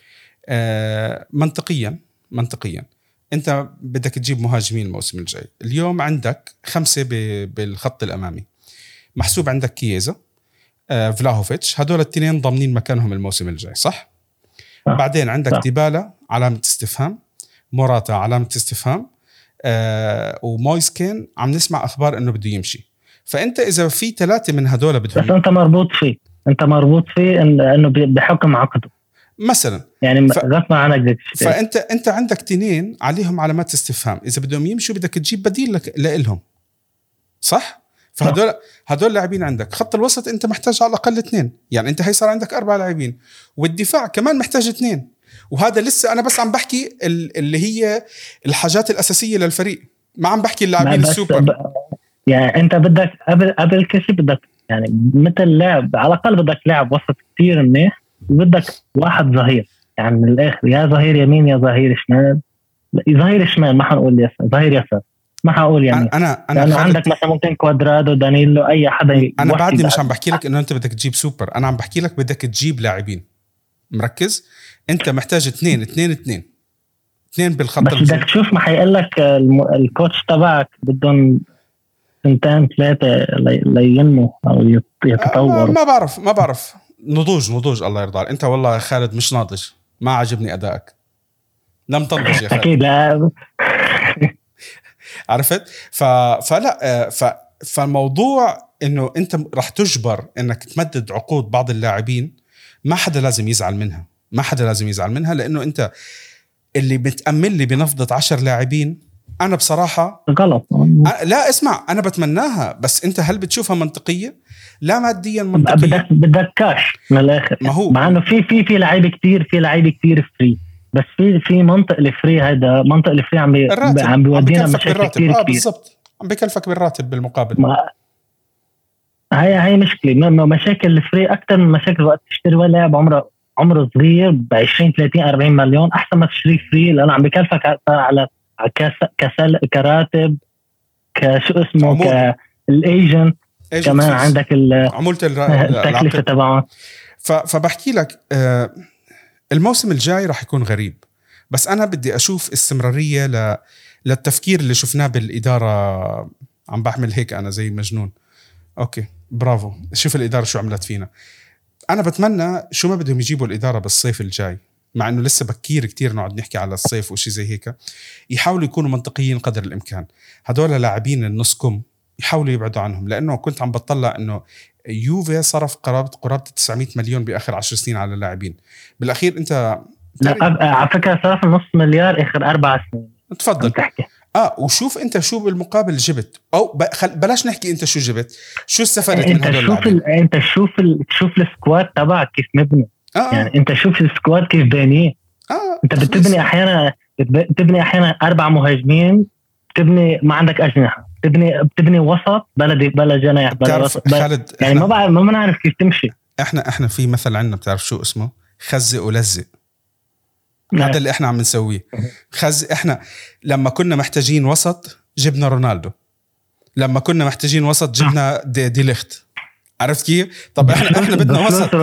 A: منطقيا انت بدك تجيب مهاجمين الموسم الجاي. اليوم عندك 5 بالخط الامامي محسوب، عندك كييزا، فلاهوفيتش، هدول 2 ضامنين مكانهم الموسم الجاي، صح؟ بعدين عندك ديبالا علامة استفهام، موراتا علامة استفهام، ومويسكين عم نسمع أخبار أنه بده يمشي. فأنت إذا في 3 من هدول بدهم، بس
B: أنت مربوط فيه إنه بحكم عقده مثلا، يعني غصب عنك.
A: فأنت عندك 2 عليهم علامات استفهام، إذا بدهم يمشوا بدك تجيب بديل لهم، صح؟ فهدول لاعبين عندك. خط الوسط انت محتاج على الاقل 2، يعني انت هي صار عندك 4 لاعبين، والدفاع كمان محتاج 2. وهذا لسه انا بس عم بحكي اللي هي الحاجات الاساسيه للفريق، ما عم بحكي اللاعبين السوبر.
B: يعني انت بدك قبل كل شيء بدك يعني مثل لاعب على الاقل، بدك لاعب وسط كتير منيح، وبدك واحد ظهير، يعني من الاخر يا ظهير يمين يا ظهير شمال. ظهير شمال ما حنقول يسار، ظهير يسار ما حقول يعني.
A: أنا
B: عندك مثلا ممكن كوادرادو، دانيلو، أي حدا.
A: أنا بعدني مش عم بحكي لك إنه أنت بدك تجيب سوبر، أنا عم بحكي لك بدك تجيب لاعبين. مركز، أنت محتاج 2 بالخط.
B: بس بدك تشوف ما حيقول لك الكوتش تبعك بدهم 2-3 لينمو أو يتطور.
A: ما بعرف نضوج الله يرضى عليك. أنت والله خالد مش ناضج، ما عجبني أدائك، لم تنضج يا خالد.
B: أكيد لا.
A: عرفت؟ فالموضوع انه انت راح تجبر انك تمدد عقود بعض اللاعبين، ما حدا لازم يزعل منها، لانه انت اللي بتأمل لي بنفضة 10 لاعبين. انا بصراحة
B: غلط.
A: لا اسمع، انا بتمناها، بس انت هل بتشوفها منطقية؟ لا ماديا منطقية.
B: بدك كاش من الاخر، مع انه في لعيبة كتير فري، بس في منطق الفري، هذا منطق الفري عم بيودينا مشاكل كتير.
A: بالضبط. عم بكلفك بالراتب بالمقابل.
B: هي مشكلة، مشاكل الفري أكتر من مشاكل وقت تشتري لاعب عمره صغير ب20 30 40 مليون، أحسن ما تشتري فري لأنه عم بكلفك على كراتب، كشو اسمه، كالايجنت كمان عندك
A: عمولة
B: التكلفة تبعه.
A: فبحكي لك الموسم الجاي راح يكون غريب، بس أنا بدي أشوف استمرارية للتفكير اللي شفناه بالإدارة. عم بعمل هيك أنا زي مجنون. أوكي برافو، شوف الإدارة شو عملت فينا. أنا بتمنى شو ما بدهم يجيبوا الإدارة بالصيف الجاي، مع أنه لسه بكير كتير نقعد نحكي على الصيف وشي زي هيك. يحاولوا يكونوا منطقيين قدر الإمكان. هدول لاعبين النصكم يحاولوا يبعدوا عنهم، لأنه كنت عم بطلع أنه يوفي صرف قرابة 900 مليون بآخر 10 سنين على اللاعبين. بالأخير أنت
B: على فكرة صرف نص مليار آخر 4 سنين.
A: تفضل وشوف انت شو بالمقابل جبت، او بلاش نحكي انت شو جبت، شو استفدت من هذول اللاعبين.
B: انت شوف السكواد تبعك كيف مبني. يعني انت شوف السكواد كيف بانيه. انت بتبني احيانا 4 مهاجمين، بتبني ما عندك اجنحه، بتبني وسط بلا جناح بلا وسط
A: خالد.
B: يعني ما بنعرف كيف تمشي.
A: احنا في مثل عندنا بتعرف شو اسمه؟ خزق ولزق. هذا اللي احنا عم نسويه. احنا لما كنا محتاجين وسط جبنا رونالدو، لما كنا محتاجين وسط جبنا دي ليخت. عرفت كيف؟ طب احنا بدنا وسط.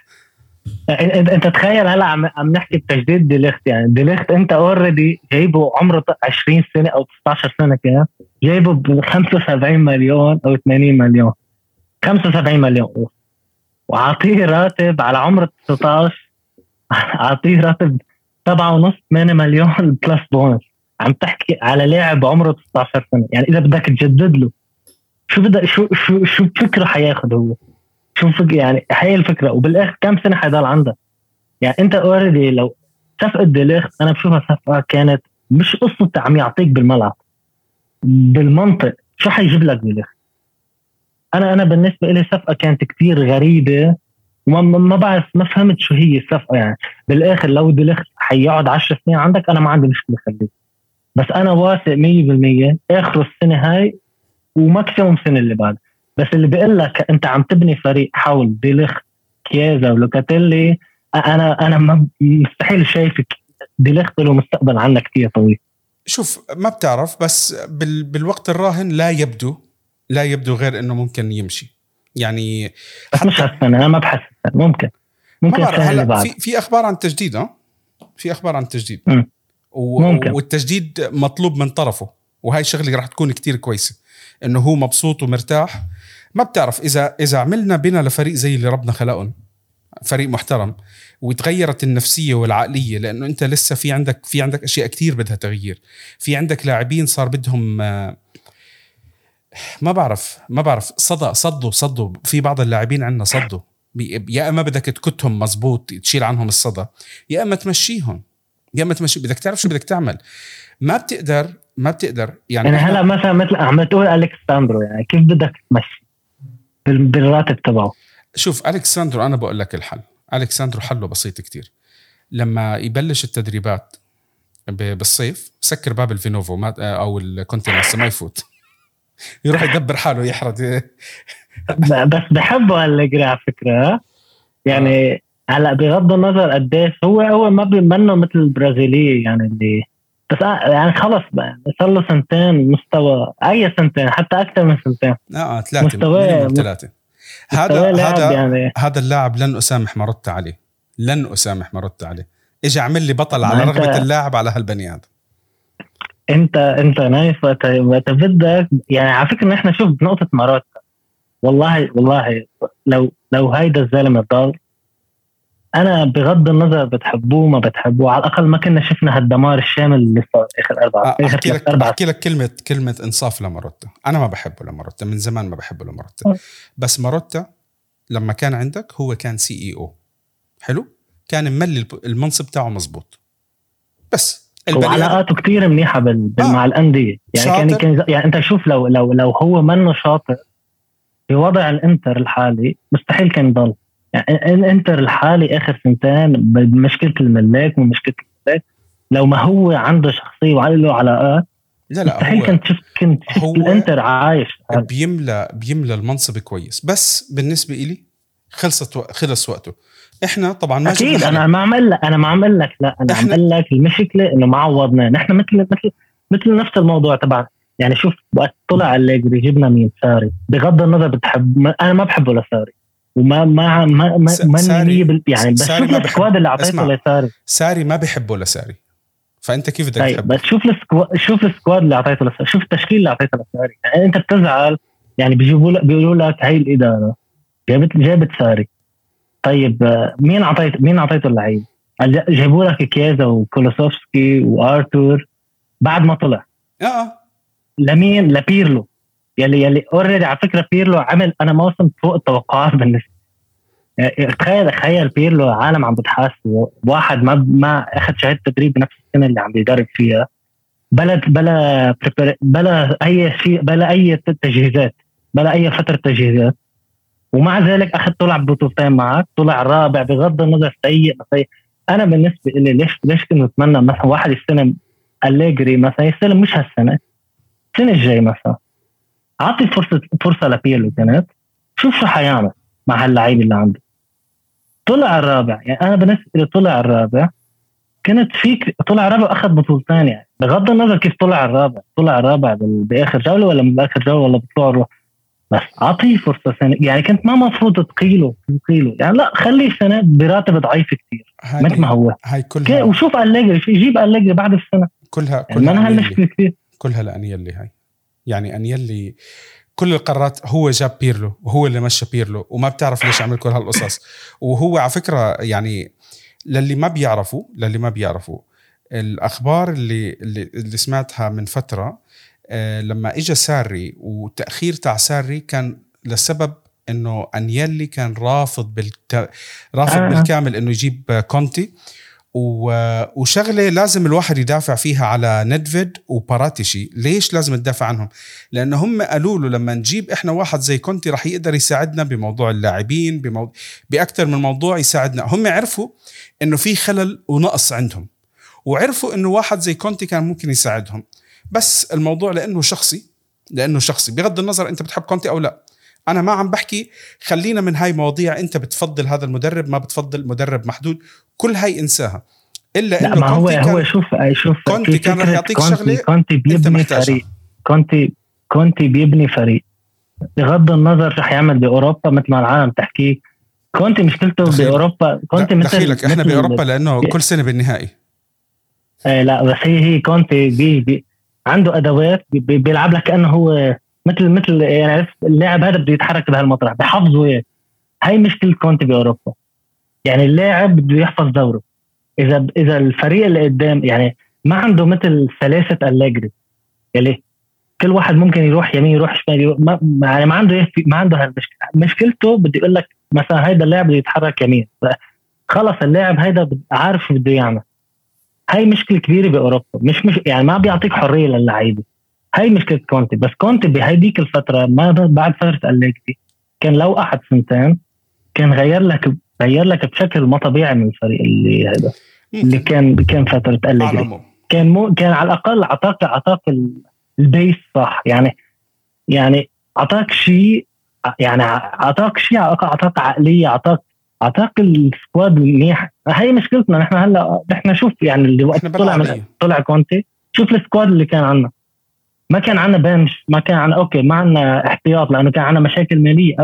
B: انت تخيل هلا عم نحكي بتجديد دي ليخت. يعني دي ليخت انت اوريدي جايبه عمره 20 سنه او 19 سنه كده، جايبه ب 75 مليون او 80 مليون، 75 مليون، وعطيه راتب على عمر 19، عطيه راتب 7.5 8 مليون بلس بونس. عم تحكي على لاعب عمره 19 سنة. يعني إذا بدك تجدد له شو فكرة حياخد هو، يعني هي الفكرة، وبالآخر كم سنة حيضل عندك. يعني أنت أوريدي لو صفقة دي ليخت أنا بشوفها صفقة كانت مش قصة عم يعطيك بالملعب، بالمنطق شو حيجيب لك دي ليخت. أنا بالنسبة إلي صفقة كانت كتير غريبة، وما بعرف، ما فهمت شو هي الصفقة. يعني بالآخر لو دي ليخت حيقعد 10 سنين عندك أنا ما عندي مشكلة خليه، بس أنا واثق 100% آخر السنة هاي وماكسيموم سنة اللي بعد. بس اللي بيقول لك أنت عم تبني فريق حول دي ليخت كيازا ولوكاتيلي، أنا مستحيل شايفك دي ليخت له مستقبل عنا كتير طويل.
A: شوف ما بتعرف، بس بالوقت الراهن لا يبدو غير إنه ممكن يمشي. يعني
B: بس مش هالسنة، أنا ما بحس ممكن
A: هلا في أخبار عن تجديد. في أخبار عن تجديد والتجديد مطلوب من طرفه، وهاي شغلة راح تكون كتير كويسة إنه هو مبسوط ومرتاح. ما بتعرف إذا عملنا بنا لفريق زي اللي ربنا خلقهم، فريق محترم، وتغيرت النفسية والعقلية، لأنه أنت لسه في عندك أشياء كتير بدها تغيير. في عندك لاعبين صار بدهم ما بعرف صدوا في بعض اللاعبين عندنا صدوا. يا اما بدك تكتهم مزبوط تشيل عنهم الصدى، يا اما تمشيهم، بدك تعرف شو بدك تعمل. ما بتقدر يعني
B: هلا مثلا مثل عم تقول ألكساندرو، يعني كيف بدك تمشي بالراتب تبعه؟
A: شوف ألكساندرو، انا بقول لك الحل. ألكساندرو حله بسيط كتير. لما يبلش التدريبات بالصيف سكر باب الفينوفو او الكونتينس ما يفوت، يروح يدبر حاله يحرد.
B: بس بحبه أليجري على فكرة. يعني هلا بغض النظر قديش هو ما منه مثل البرازيلي، يعني اللي بس يعني خلص بقى صار له سنتين مستوى، أي سنتين حتى أكثر من سنتين.
A: 3 هذا اللاعب لن أسامح مرت عليه. إجا عمل لي بطل على رغبة اللاعب على هالبني هذا.
B: انت نايف وقت بدك. يعني على فكرة ان احنا شوف بنقطة مراتا، والله لو هيدا الزلمة ضل، انا بغض النظر بتحبوه ما بتحبوه، على الاقل ما كنا شفنا هالدمار الشامل اللي صار اخر 4
A: احكي لك كلمة انصاف لماروتا. انا ما بحبه لماروتا من زمان، ما بحبه لماروتا. بس ماروتا لما كان عندك هو كان CEO حلو، كان مملي المنصب تاعه مزبوط، بس
B: وعلاقاته كتير منيحة مع الأندية. يعني يعني أنت شوف لو هو منه شاطر في وضع الإنتر الحالي مستحيل كان يضل. يعني الإنتر الحالي آخر سنتين بمشكلة الملاك ومشكلة الملاك، لو ما هو عنده شخصية وعنده علاقات
A: لا
B: مستحيل كنت شفت الانتر عايش
A: بيملى المنصب كويس، بس بالنسبه إلي خلص وقته. احنا طبعا ما
B: اكيد انا ما عمل لك لا انا عمل لك المشكله انه ما عوضنا نحن مثل نفس الموضوع تبع يعني. شوف وقت طلع أليجري جبنا مين؟ ساري. بغض النظر انا ما بحبه لساري وما ما ما ما يعني بس شوف السكواد اللي اعطيته لساري.
A: ساري ما بحبه لساري، فانت كيف بدك تحبه؟
B: بس شوف السكواد اللي اعطيته لساري، شوف التشكيل اللي اعطيته لساري. يعني انت بتزعل يعني بيقولوا لك هاي الاداره جابت ساري. طيب مين اعطيته اللعيب؟ جابوا لك كيازا وكولوسوفسكي وارتور بعد ما طلع. لمين؟ لبيرلو يلي اوريدي. على فكره بيرلو عمل انا موسم فوق التوقعات بالنسبه. تخيل بيرلو عالم عم بتحاسب واحد ما اخذ شهاده تدريب بنفس السنه اللي عم بيدرب فيها، بلا اي شيء، بلا اي تجهيزات، بلا اي فتره تجهيزات، ومع ذلك اخذ طلع ببطولتين معك، طلع الرابع بغض النظر سيء. انا بالنسبه لي ليش كنت اتمنى مثلا واحد يستلم أليجري مثلا، يستلم مش هالسنه، السنه الجاي مثلا، اعطي فرصه لبيرلو كانت، شوف شو حيعمل مع هاللعيب اللي عنده. طلع الرابع، يعني انا بالنسبه لي طلع الرابع، كانت فيك طلع الرابع اخذ بطولتين. يعني بغض النظر كيف طلع الرابع باخر جوله ولا من باخر جوله ولا بطلع، بس اعطيه فرصه سنه. يعني كنت ما مفروض تقيله يعني، لا خليه سنه براتب ضعيف كتير مثل ما هو.
A: هاي كلها
B: وشوف أليجري يجيب أليجري بعد السنه
A: كلها
B: ما هالمشكله كثير
A: كلها لأنيلي. هاي يعني أنيلي كل القرارات هو جاب بيرلو وهو اللي مشى بيرلو، وما بتعرف ليش عمل كل هالقصص. وهو على فكره يعني للي ما بيعرفوا الاخبار اللي سمعتها من فتره، لما اجى ساري وتاخير تاع ساري كان لسبب انه أنيلي كان رافض بالكامل انه يجيب كونتي. وشغله لازم الواحد يدافع فيها على ندفيد وباراتيشي. ليش لازم تدافع عنهم؟ لأنه هم قالوا له لما نجيب إحنا واحد زي كونتي رح يقدر يساعدنا بموضوع اللاعبين، بأكثر من موضوع يساعدنا. هم عرفوا إنه في خلل ونقص عندهم، وعرفوا إنه واحد زي كونتي كان ممكن يساعدهم. بس الموضوع لأنه شخصي بغض النظر أنت بتحب كونتي أو لا. أنا ما عم بحكي خلينا من هاي مواضيع أنت بتفضل هذا المدرب ما بتفضل مدرب محدود، كل هاي انساها. إلا إنه
B: هو شوف
A: كونتي كان رح يعطيك شغلة
B: كونتي بيبني فريق. كونتي بيبني فريق بغض النظر رح يعمل بأوروبا مثل ما العالم تحكي. كونتي مشكلته بأوروبا، كونتي
A: مثل إحنا بأوروبا لأنه كل سنة بالنهائي.
B: لا بس هي كونتي بي عنده أدوات بيلعب لك كأنه هو مثل يعني اللاعب هذا بده يتحرك بهالمطرح بحفظه اياه. هاي مشكلة كونتي بأوروبا، يعني اللاعب بده يحفظ دوره. إذا الفريق اللي قدام يعني ما عنده مثل ثلاثة أليجري يعني كل واحد ممكن يروح يمين يروح شمال، ما عنده هالمشكلة. مشكلته بدي أقول لك مثلا هيدا اللاعب بده يتحرك يمين، خلص اللاعب هيدا عارف شو بده يعمل. هاي مشكلة كبيرة بأوروبا، مش يعني ما بيعطيك حرية للعيبة. هاي مشكلة كونتي. بس كونتي بهيديك الفترة ما بعد فترة أليجري كان لو أحد سنتين كان غير لك بشكل ما طبيعي من الفريق اللي هذا اللي كان فترة أليجري. كان على الأقل عطاك البيس صح، يعني عطاك شيء، يعني عطاك عقلية، عطاك السكواد منيح. هاي مشكلتنا نحن هلا. نحن شوف يعني اللي وقت طلع كونتي، شوف السكواد اللي كان عنا. ما كان عنا بنش، ما كان عنا ما عنا احتياط لأنه كان عنا مشاكل مالية،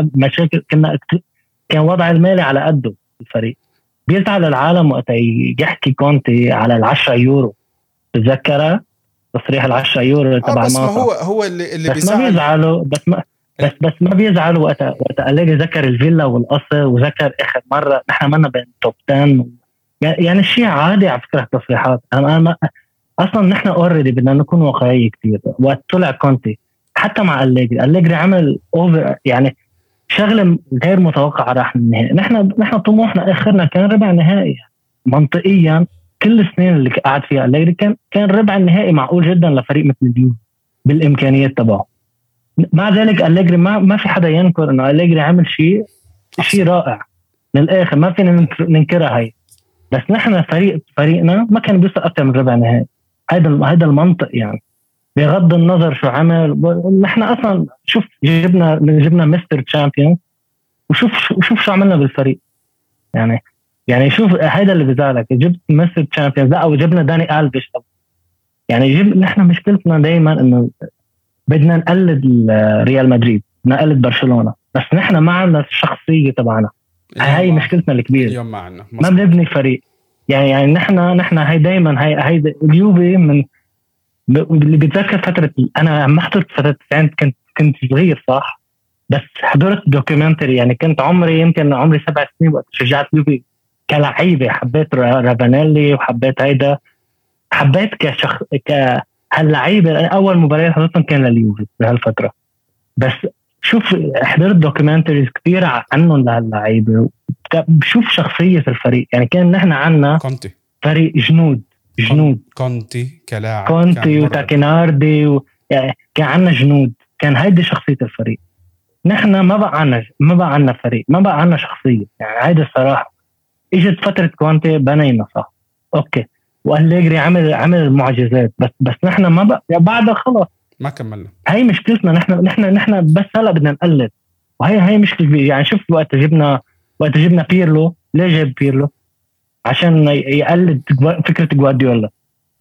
B: كان وضع المالي على قده الفريق. بيزعل العالم وقت يحكي كونتي على 10 يورو، تذكره تصريح 10 يورو تبع
A: بس ما هو اللي
B: بس ما بيزعلوا. بس ما بيزعلوا وقت ألاقي ذكر الفيلا والقصر وذكر آخر مرة نحن منا بين توب 10. يعني الشيء عادي على فكرة التصريحات. أنا أصلا نحن أوريدي بدنا نكون واقعية كتير. وقت طلع كونتي حتى مع أليجري عمل أوفر، يعني شغله غير متوقعه. راح النهائي نحن طموحنا اخرنا كان ربع نهائي. منطقيا كل السنين اللي قعد فيها أليجري كان ربع النهائي معقول جدا لفريق مثل اليوفي بالامكانيات تبعه. مع ذلك أليجري ما في حدا ينكر انه أليجري عمل شيء رائع من الاخر، ما فينا ننكرها هي. بس نحن فريقنا ما كان بيوصل اكثر من ربع نهائي. هذا المنطق يعني. بغض النظر شو عمل. نحن اصلا شوف جبنا مستر تشامبيون، وشوف شو عملنا بالفريق. يعني شوف هذا اللي بزعلك، جبت مستر تشامبيون او جبنا داني ألفيش. يعني نحن مشكلتنا دائما انه بدنا نقلد ريال مدريد، نقلد برشلونة، بس نحن ما عندنا الشخصية تبعنا. هاي مشكلتنا الكبيرة.
A: اليوم ما
B: بنبني فريق. يعني نحن هاي دائما هاي اليوفي من اللي بتذكر فترة، أنا ما حضرت فترة 90، كنت صغير صح، بس حضرت دوكيومنتري. يعني كنت يمكن عمري 7 سنين وقت شجعت اليوفي كلاعيبة. حبيت رافانيلي وحبيت هيدا، حبيت هاللعيبة. أول مباراة حضرتهم كان لليوفي بهالفترة. بس شوف حضرت دوكيومنتريز كثير عنهم لهاللعيبة، بشوف شخصية الفريق. يعني كان نحن عنا
A: كونتي
B: فريق جنود
A: كونتي كلاعب،
B: كونتي وتاكيناردي يعني كان عنا جنود، كان هيدي شخصية الفريق. نحن ما بقى عنا فريق، ما بقى عنا شخصية. يعني هيدا الصراحة. اجت فترة كونتي بنينا صح اوكي، وأليجري عمل المعجزات، بس نحن ما بقى بعد خلاص
A: ما كملنا.
B: هاي مشكلتنا. نحن بس هلا بدنا نقلد، وهي مشكلة كبيرة. يعني شوف وقت جبنا بيرلو. ليه جاب بيرلو؟ عشان يقلد فكرة جوارديولا.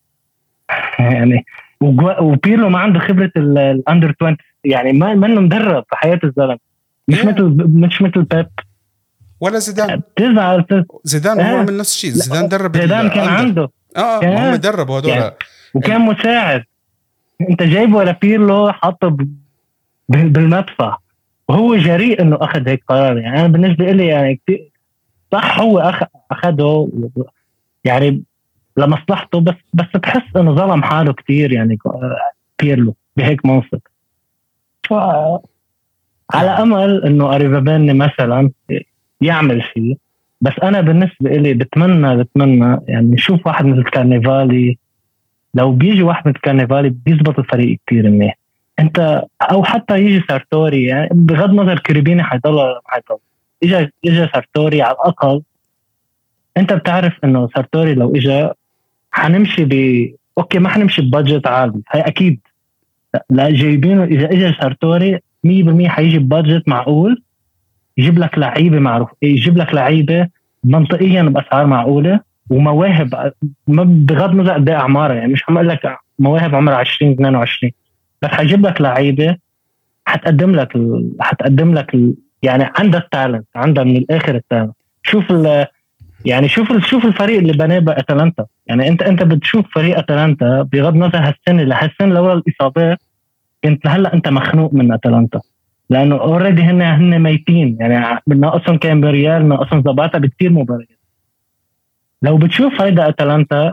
B: يعني وبيرلو ما عنده خبرة الأندر 20، يعني ما منه مدرب في حياة الزلمة. مش مثل بيب
A: ولا زيدان. زيدان هو من نفس الشيء. زيدان درب.
B: زيدان كان عنده
A: هم دربوا هذول
B: يعني وكان مساعد. انت جايبه ولا بيرلو حطه بالمدفع، وهو جريء انه اخذ هيك قرار. يعني انا بالنسبه لي يعني صح هو اخذه يعني لمصلحته، بس بحس انه ظلم حاله كتير يعني بيرلو بهيك منصب. على امل انه أريفابيني مثلا يعمل شيء. بس انا بالنسبه لي بتمنى يعني نشوف واحد مثل كارنيفالي. لو بيجي واحد مثل كارنيفالي بيزبط الفريق كتير منيح. انت او حتى يجي سارتوري، يعني بغض النظر كريبيني حيضل اجا سارتوري على الاقل. انت بتعرف انه سارتوري لو اجا حنمشي اوكي ما حنمشي ببادجت عالي، هاي اكيد. لا جايبينه اذا اجا سارتوري 100% حيجي ببادجت معقول، يجيب لك لعيبه معروف، يجيب لك لعيبه منطقيا باسعار معقوله، ومواهب بغض النظر قد ايه اعمارها. يعني مش هقول لك مواهب عمرها 20 22، بس حيجيب لك لعيبه حتقدم لك يعني عندها التالنت، عندها من الاخر التالنت. شوف الفريق اللي بناه بأتلانتا. يعني انت بتشوف فريق أتلانتا بغض النظر هالسنه لولا الاصابات كنت هلا انت مخنوق من أتلانتا، لانه اوريدي هن ميتين. يعني ناقصهم كان بريال، ناقصهم زباطه بكثير مباريات. لو بتشوف هيدا أتلانتا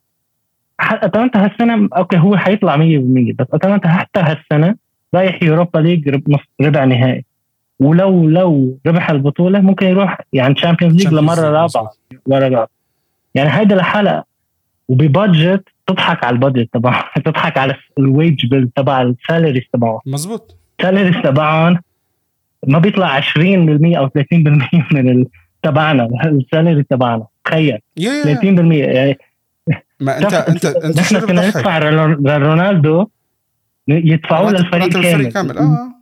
B: هالسنه اوكي هو حيطلع 100%، بس أتلانتا حتى هالسنه رايح يوروبا ليج ربع نهائي، ولو ربح البطوله ممكن يروح يعني تشامبيونز ليج لمره رابعه ورا بعض. يعني هيدا لحالة وببادجت تضحك على البادجت تبعه تضحك على الويج بيل تبع السالاريز تبعه.
A: مزبوط.
B: السالاريز تبعهم ما بيطلع 20% او 30% من تبعنا. السالاري تبعنا تخيل 30%. يعني
A: ما انت
B: نحن كنا ندفع لرونالدو يدفعوا للفريق كامل.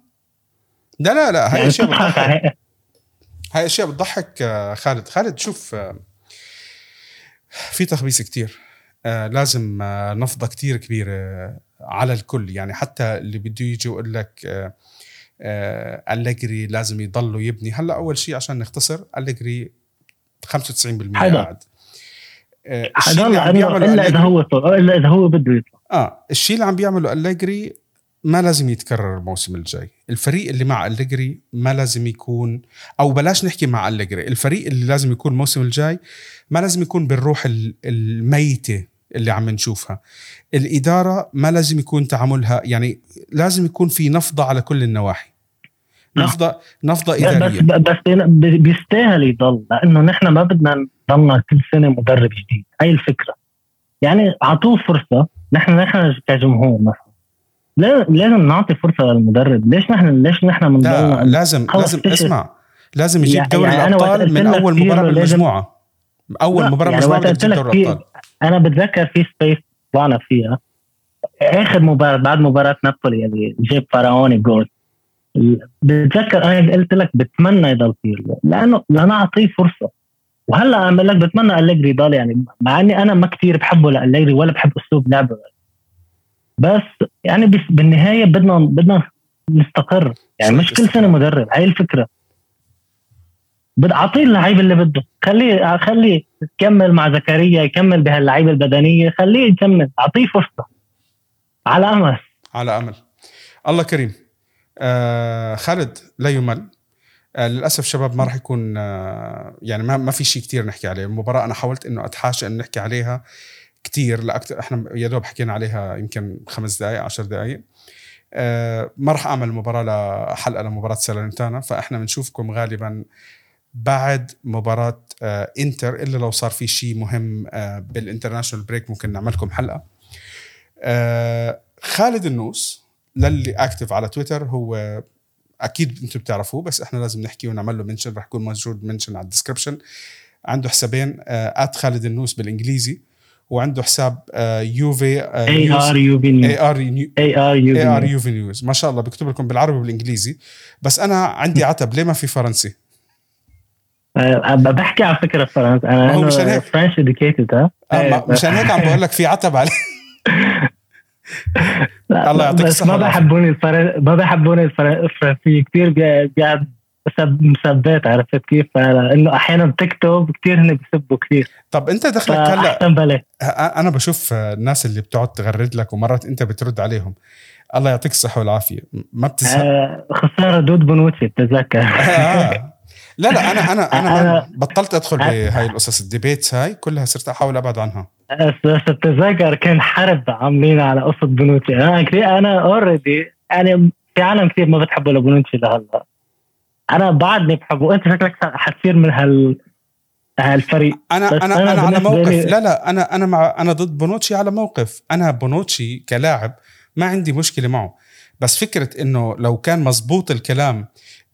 A: لا هاي اشياء بتضحك. هاي اشياء بتضحك. خالد شوف، في تخبيص كتير. لازم نفضة كتير كبيرة على الكل. يعني حتى اللي بده يجي يقول لك أليجري لازم يضلوا يبني. هلا أول شيء عشان نختصر، أليجري 95% قاعد. الشيء اللي عم بيعمله
B: إلا إذا هو بده يطلع.
A: الشيء اللي عم بيعمله أليجري ما لازم يتكرر الموسم الجاي. الفريق اللي مع أليجري ما لازم يكون، أو بلاش نحكي مع أليجري، الفريق اللي لازم يكون الموسم الجاي ما لازم يكون بالروح الميتة اللي عم نشوفها. الإدارة ما لازم يكون تعاملها، يعني لازم يكون في نفضة على كل النواحي. نفضة إدارية.
B: بس بيستاهل يضل، لأنه نحن ما بدنا نضلنا كل سنة مدرب جديد. هاي الفكرة. يعني عطوه فرصة. نحن كجمهور مثلا لازم نعطي فرصة للمدرب. ليش نحن منضلنا؟
A: لازم اسمع، لازم يجيب دوري الأبطال من أول مباراة بالمجموعة. أول مباراة بالمجموعة يجيب دوري الأبطال.
B: أنا بتذكر في سبيس طلعنا فيها، اخر مباراه بعد مباراه نابولي اللي جاب فراوني جول، بتذكر انا قلت لك بتمنى يضل فيه لانه اعطيه فرصه. وهلا عم لك بتمنى أليجري يضل، يعني مع اني انا ما كتير بحبه لأليجري ولا بحب اسلوب لعبه، بس يعني بالنهايه بدنا نستقر، يعني مش كل سنه مدرب. هاي الفكره، اعطيه اللعيبه اللي بده، خليه يكمل مع زكريا، يكمل بهاللعيبه البدنيه، خليه يكمل، اعطيه فرصه على امل.
A: الله كريم. خالد لا يمل. للأسف شباب ما راح يكون يعني ما في شيء كتير نحكي عليه. المباراة أنا حاولت إنه أتحاشى إنه نحكي عليها كتير لأكتر، إحنا يا دوب حكينا عليها يمكن 5 دقائق 10 دقائق. ما راح أعمل مباراة حلقة لمباراة سالرنتانا، فإحنا بنشوفكم غالبا بعد مباراة إنتر، إلا لو صار في شيء مهم بالإنترناشنال بريك ممكن نعملكم حلقة. خالد النوس للي أكتف على تويتر، هو أكيد أنتم بتعرفوه بس إحنا لازم نحكي ونعمل له منشن، رح يكون موجود منشن على الديسكريبشن. عنده حسابين خالد النوس بالإنجليزي، وعنده حساب يوفي AR يوفي نيوز. ما شاء الله بكتب لكم بالعربي وبالإنجليزي، بس أنا عندي عتب ليه ما في فرنسي.
B: بحكي على فكرة فرنسي، أنا فرنش educated.
A: مشان هيك عم بقول لك في عتب عليه. الله يعطيك الصحة.
B: ما بحبوني الفرنسي كتير، قاعد مسبات، عرفت كيف؟ إنه أحيانا بتكتب كتير هن بيسبوا كتير.
A: طب أنت دخلك هلا، أنا بشوف الناس اللي بتقعد تغرد لك ومرات أنت بترد عليهم. الله يعطيك الصحة والعافية. ما بتزهق؟
B: خسارة دود بنوتشي بتذكر.
A: لا أنا بطلت أدخل بهاي القصص الديبيتس، هاي كلها صرت أحاول أبعد عنها.
B: التذاكر كان حرب عاملين على قصة بنوتشي. أنا أوريدي يعني في عالم كثير ما بتحبوا لبنوتشي لهلا، أنا بعدني بحبه. وأنت شكلك حتصير من هالفريق.
A: أنا على موقف. لا أنا ضد بونوتشي على موقف. أنا بونوتشي كلاعب ما عندي مشكلة معه، بس فكرة إنه لو كان مزبوط الكلام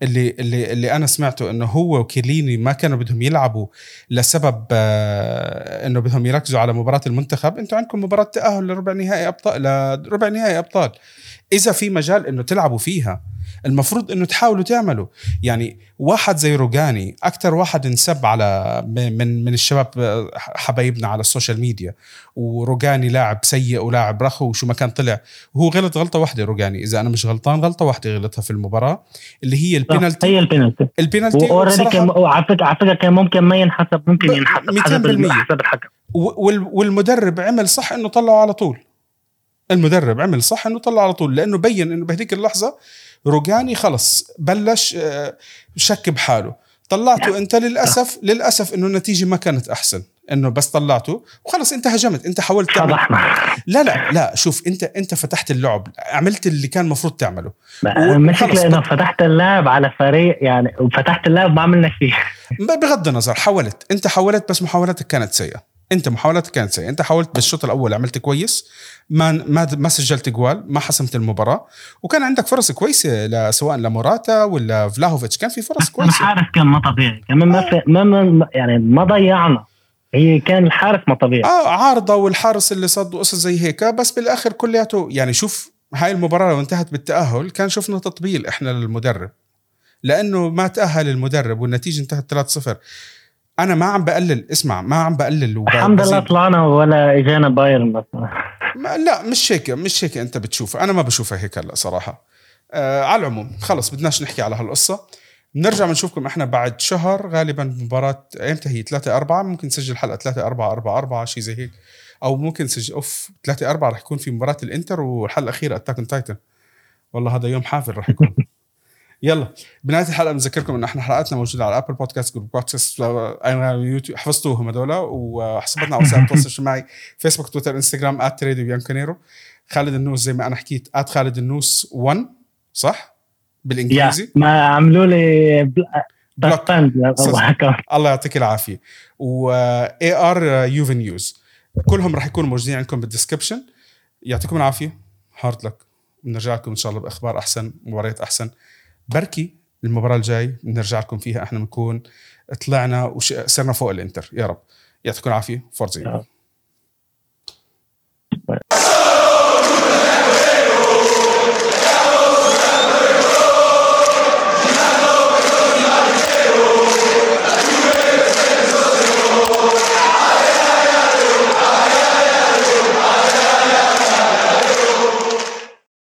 A: اللي أنا سمعته إنه هو وكيليني ما كانوا بدهم يلعبوا لسبب إنه بدهم يركزوا على مباراة المنتخب. أنتوا عندكم مباراة تأهل لربع نهائي أبطال. إذا في مجال إنه تلعبوا فيها المفروض إنه تحاولوا تعملوا. يعني واحد زي روغاني أكتر واحد انسب على من الشباب حبايبنا على السوشيال ميديا، وروغاني لاعب سيء ولاعب رخو وشو ما كان طلع، وهو غلط غلطة واحدة. روغاني إذا أنا مش غلطان غلطة واحدة غلطها في المباراة اللي هي البينالتي.
B: وعلى فكرة كان ممكن ما ينحسب، ممكن ينحسب حسب الحكم.
A: والمدرب عمل صح إنه طلعه على طول. المدرب عمل صح إنه طلع على طول، لأنه بين إنه بهديك اللحظة روغاني خلص بلش شك بحاله. طلعته أنت للأسف إنه النتيجة ما كانت أحسن، إنه بس طلعته وخلص أنت هجمت، أنت حاولت تعمل. لا شوف أنت فتحت اللعب، عملت اللي كان مفروض تعمله.
B: مشكلة إنه فتحت اللعب على فريق يعني، وفتحت اللعب ما عملنا شيء.
A: بغض النظر أنت حاولت بس محاولاتك كانت سيئة. أنت حاولت بالشوط الأول عملت كويس، ما سجلت جوال، ما حسمت المباراة، وكان عندك فرص كويسة سواء لموراتا ولا فلاهوفيتش، كان في فرص كويسة.
B: الحارس كان ما طبيعي كمان، يعني ما ضيعنا، هي كان الحارس ما طبيعي.
A: عارضة والحارس اللي صد وقصص زي هيك، بس بالآخر كلياته يعني. شوف هاي المباراة لو انتهت بالتأهل كان شفنا تطبيل إحنا للمدرب، لأنه ما تأهل المدرب والنتيجة انتهت 3-0. أنا ما عم بقلل
B: الحمد لله طلعنا ولا إجانا بايرن مثلا.
A: لا مش هيك أنت بتشوف، أنا ما بشوفها هيك هلا صراحة. على العموم خلص بدناش نحكي على هالقصة. نرجع بنشوفكم إحنا بعد شهر غالبا مباراة إمتى هي 3-4، ممكن نسجل حلقة 3-4 شيء زي هيك، أو ممكن نسجل 3-4 رح يكون في مباراة الإنتر والحلقة الأخيرة أتاك أون تايتن. والله هذا يوم حافل رح يكون. يلا بنهاية الحلقة بنذكركم إن إحنا حلقاتنا موجودة على أبل بودكاست، جوجل بودكاست، يوتيوب، حفظتوهم هذولا، وحساباتنا على وسائل التواصل الاجتماعي فيسبوك تويتر انستغرام @تريدو. خالد النوس زي ما أنا حكيت @خالد النوس 1 صح بالإنجليزي.
B: ما عملوا لي بلوك.
A: الله يعطيك العافية. و AR يوفي نيوز كلهم راح يكونوا موجودين عندكم بالديسكريبشن. يعطيكم العافية، هارد لك. بنرجع لكم إن شاء الله بأخبار أحسن، مباريات أحسن. بركي المباراة الجاي بنرجع لكم فيها احنا بنكون طلعنا وصرنا فوق الانتر يا رب. يعطيكم العافية. فورزا.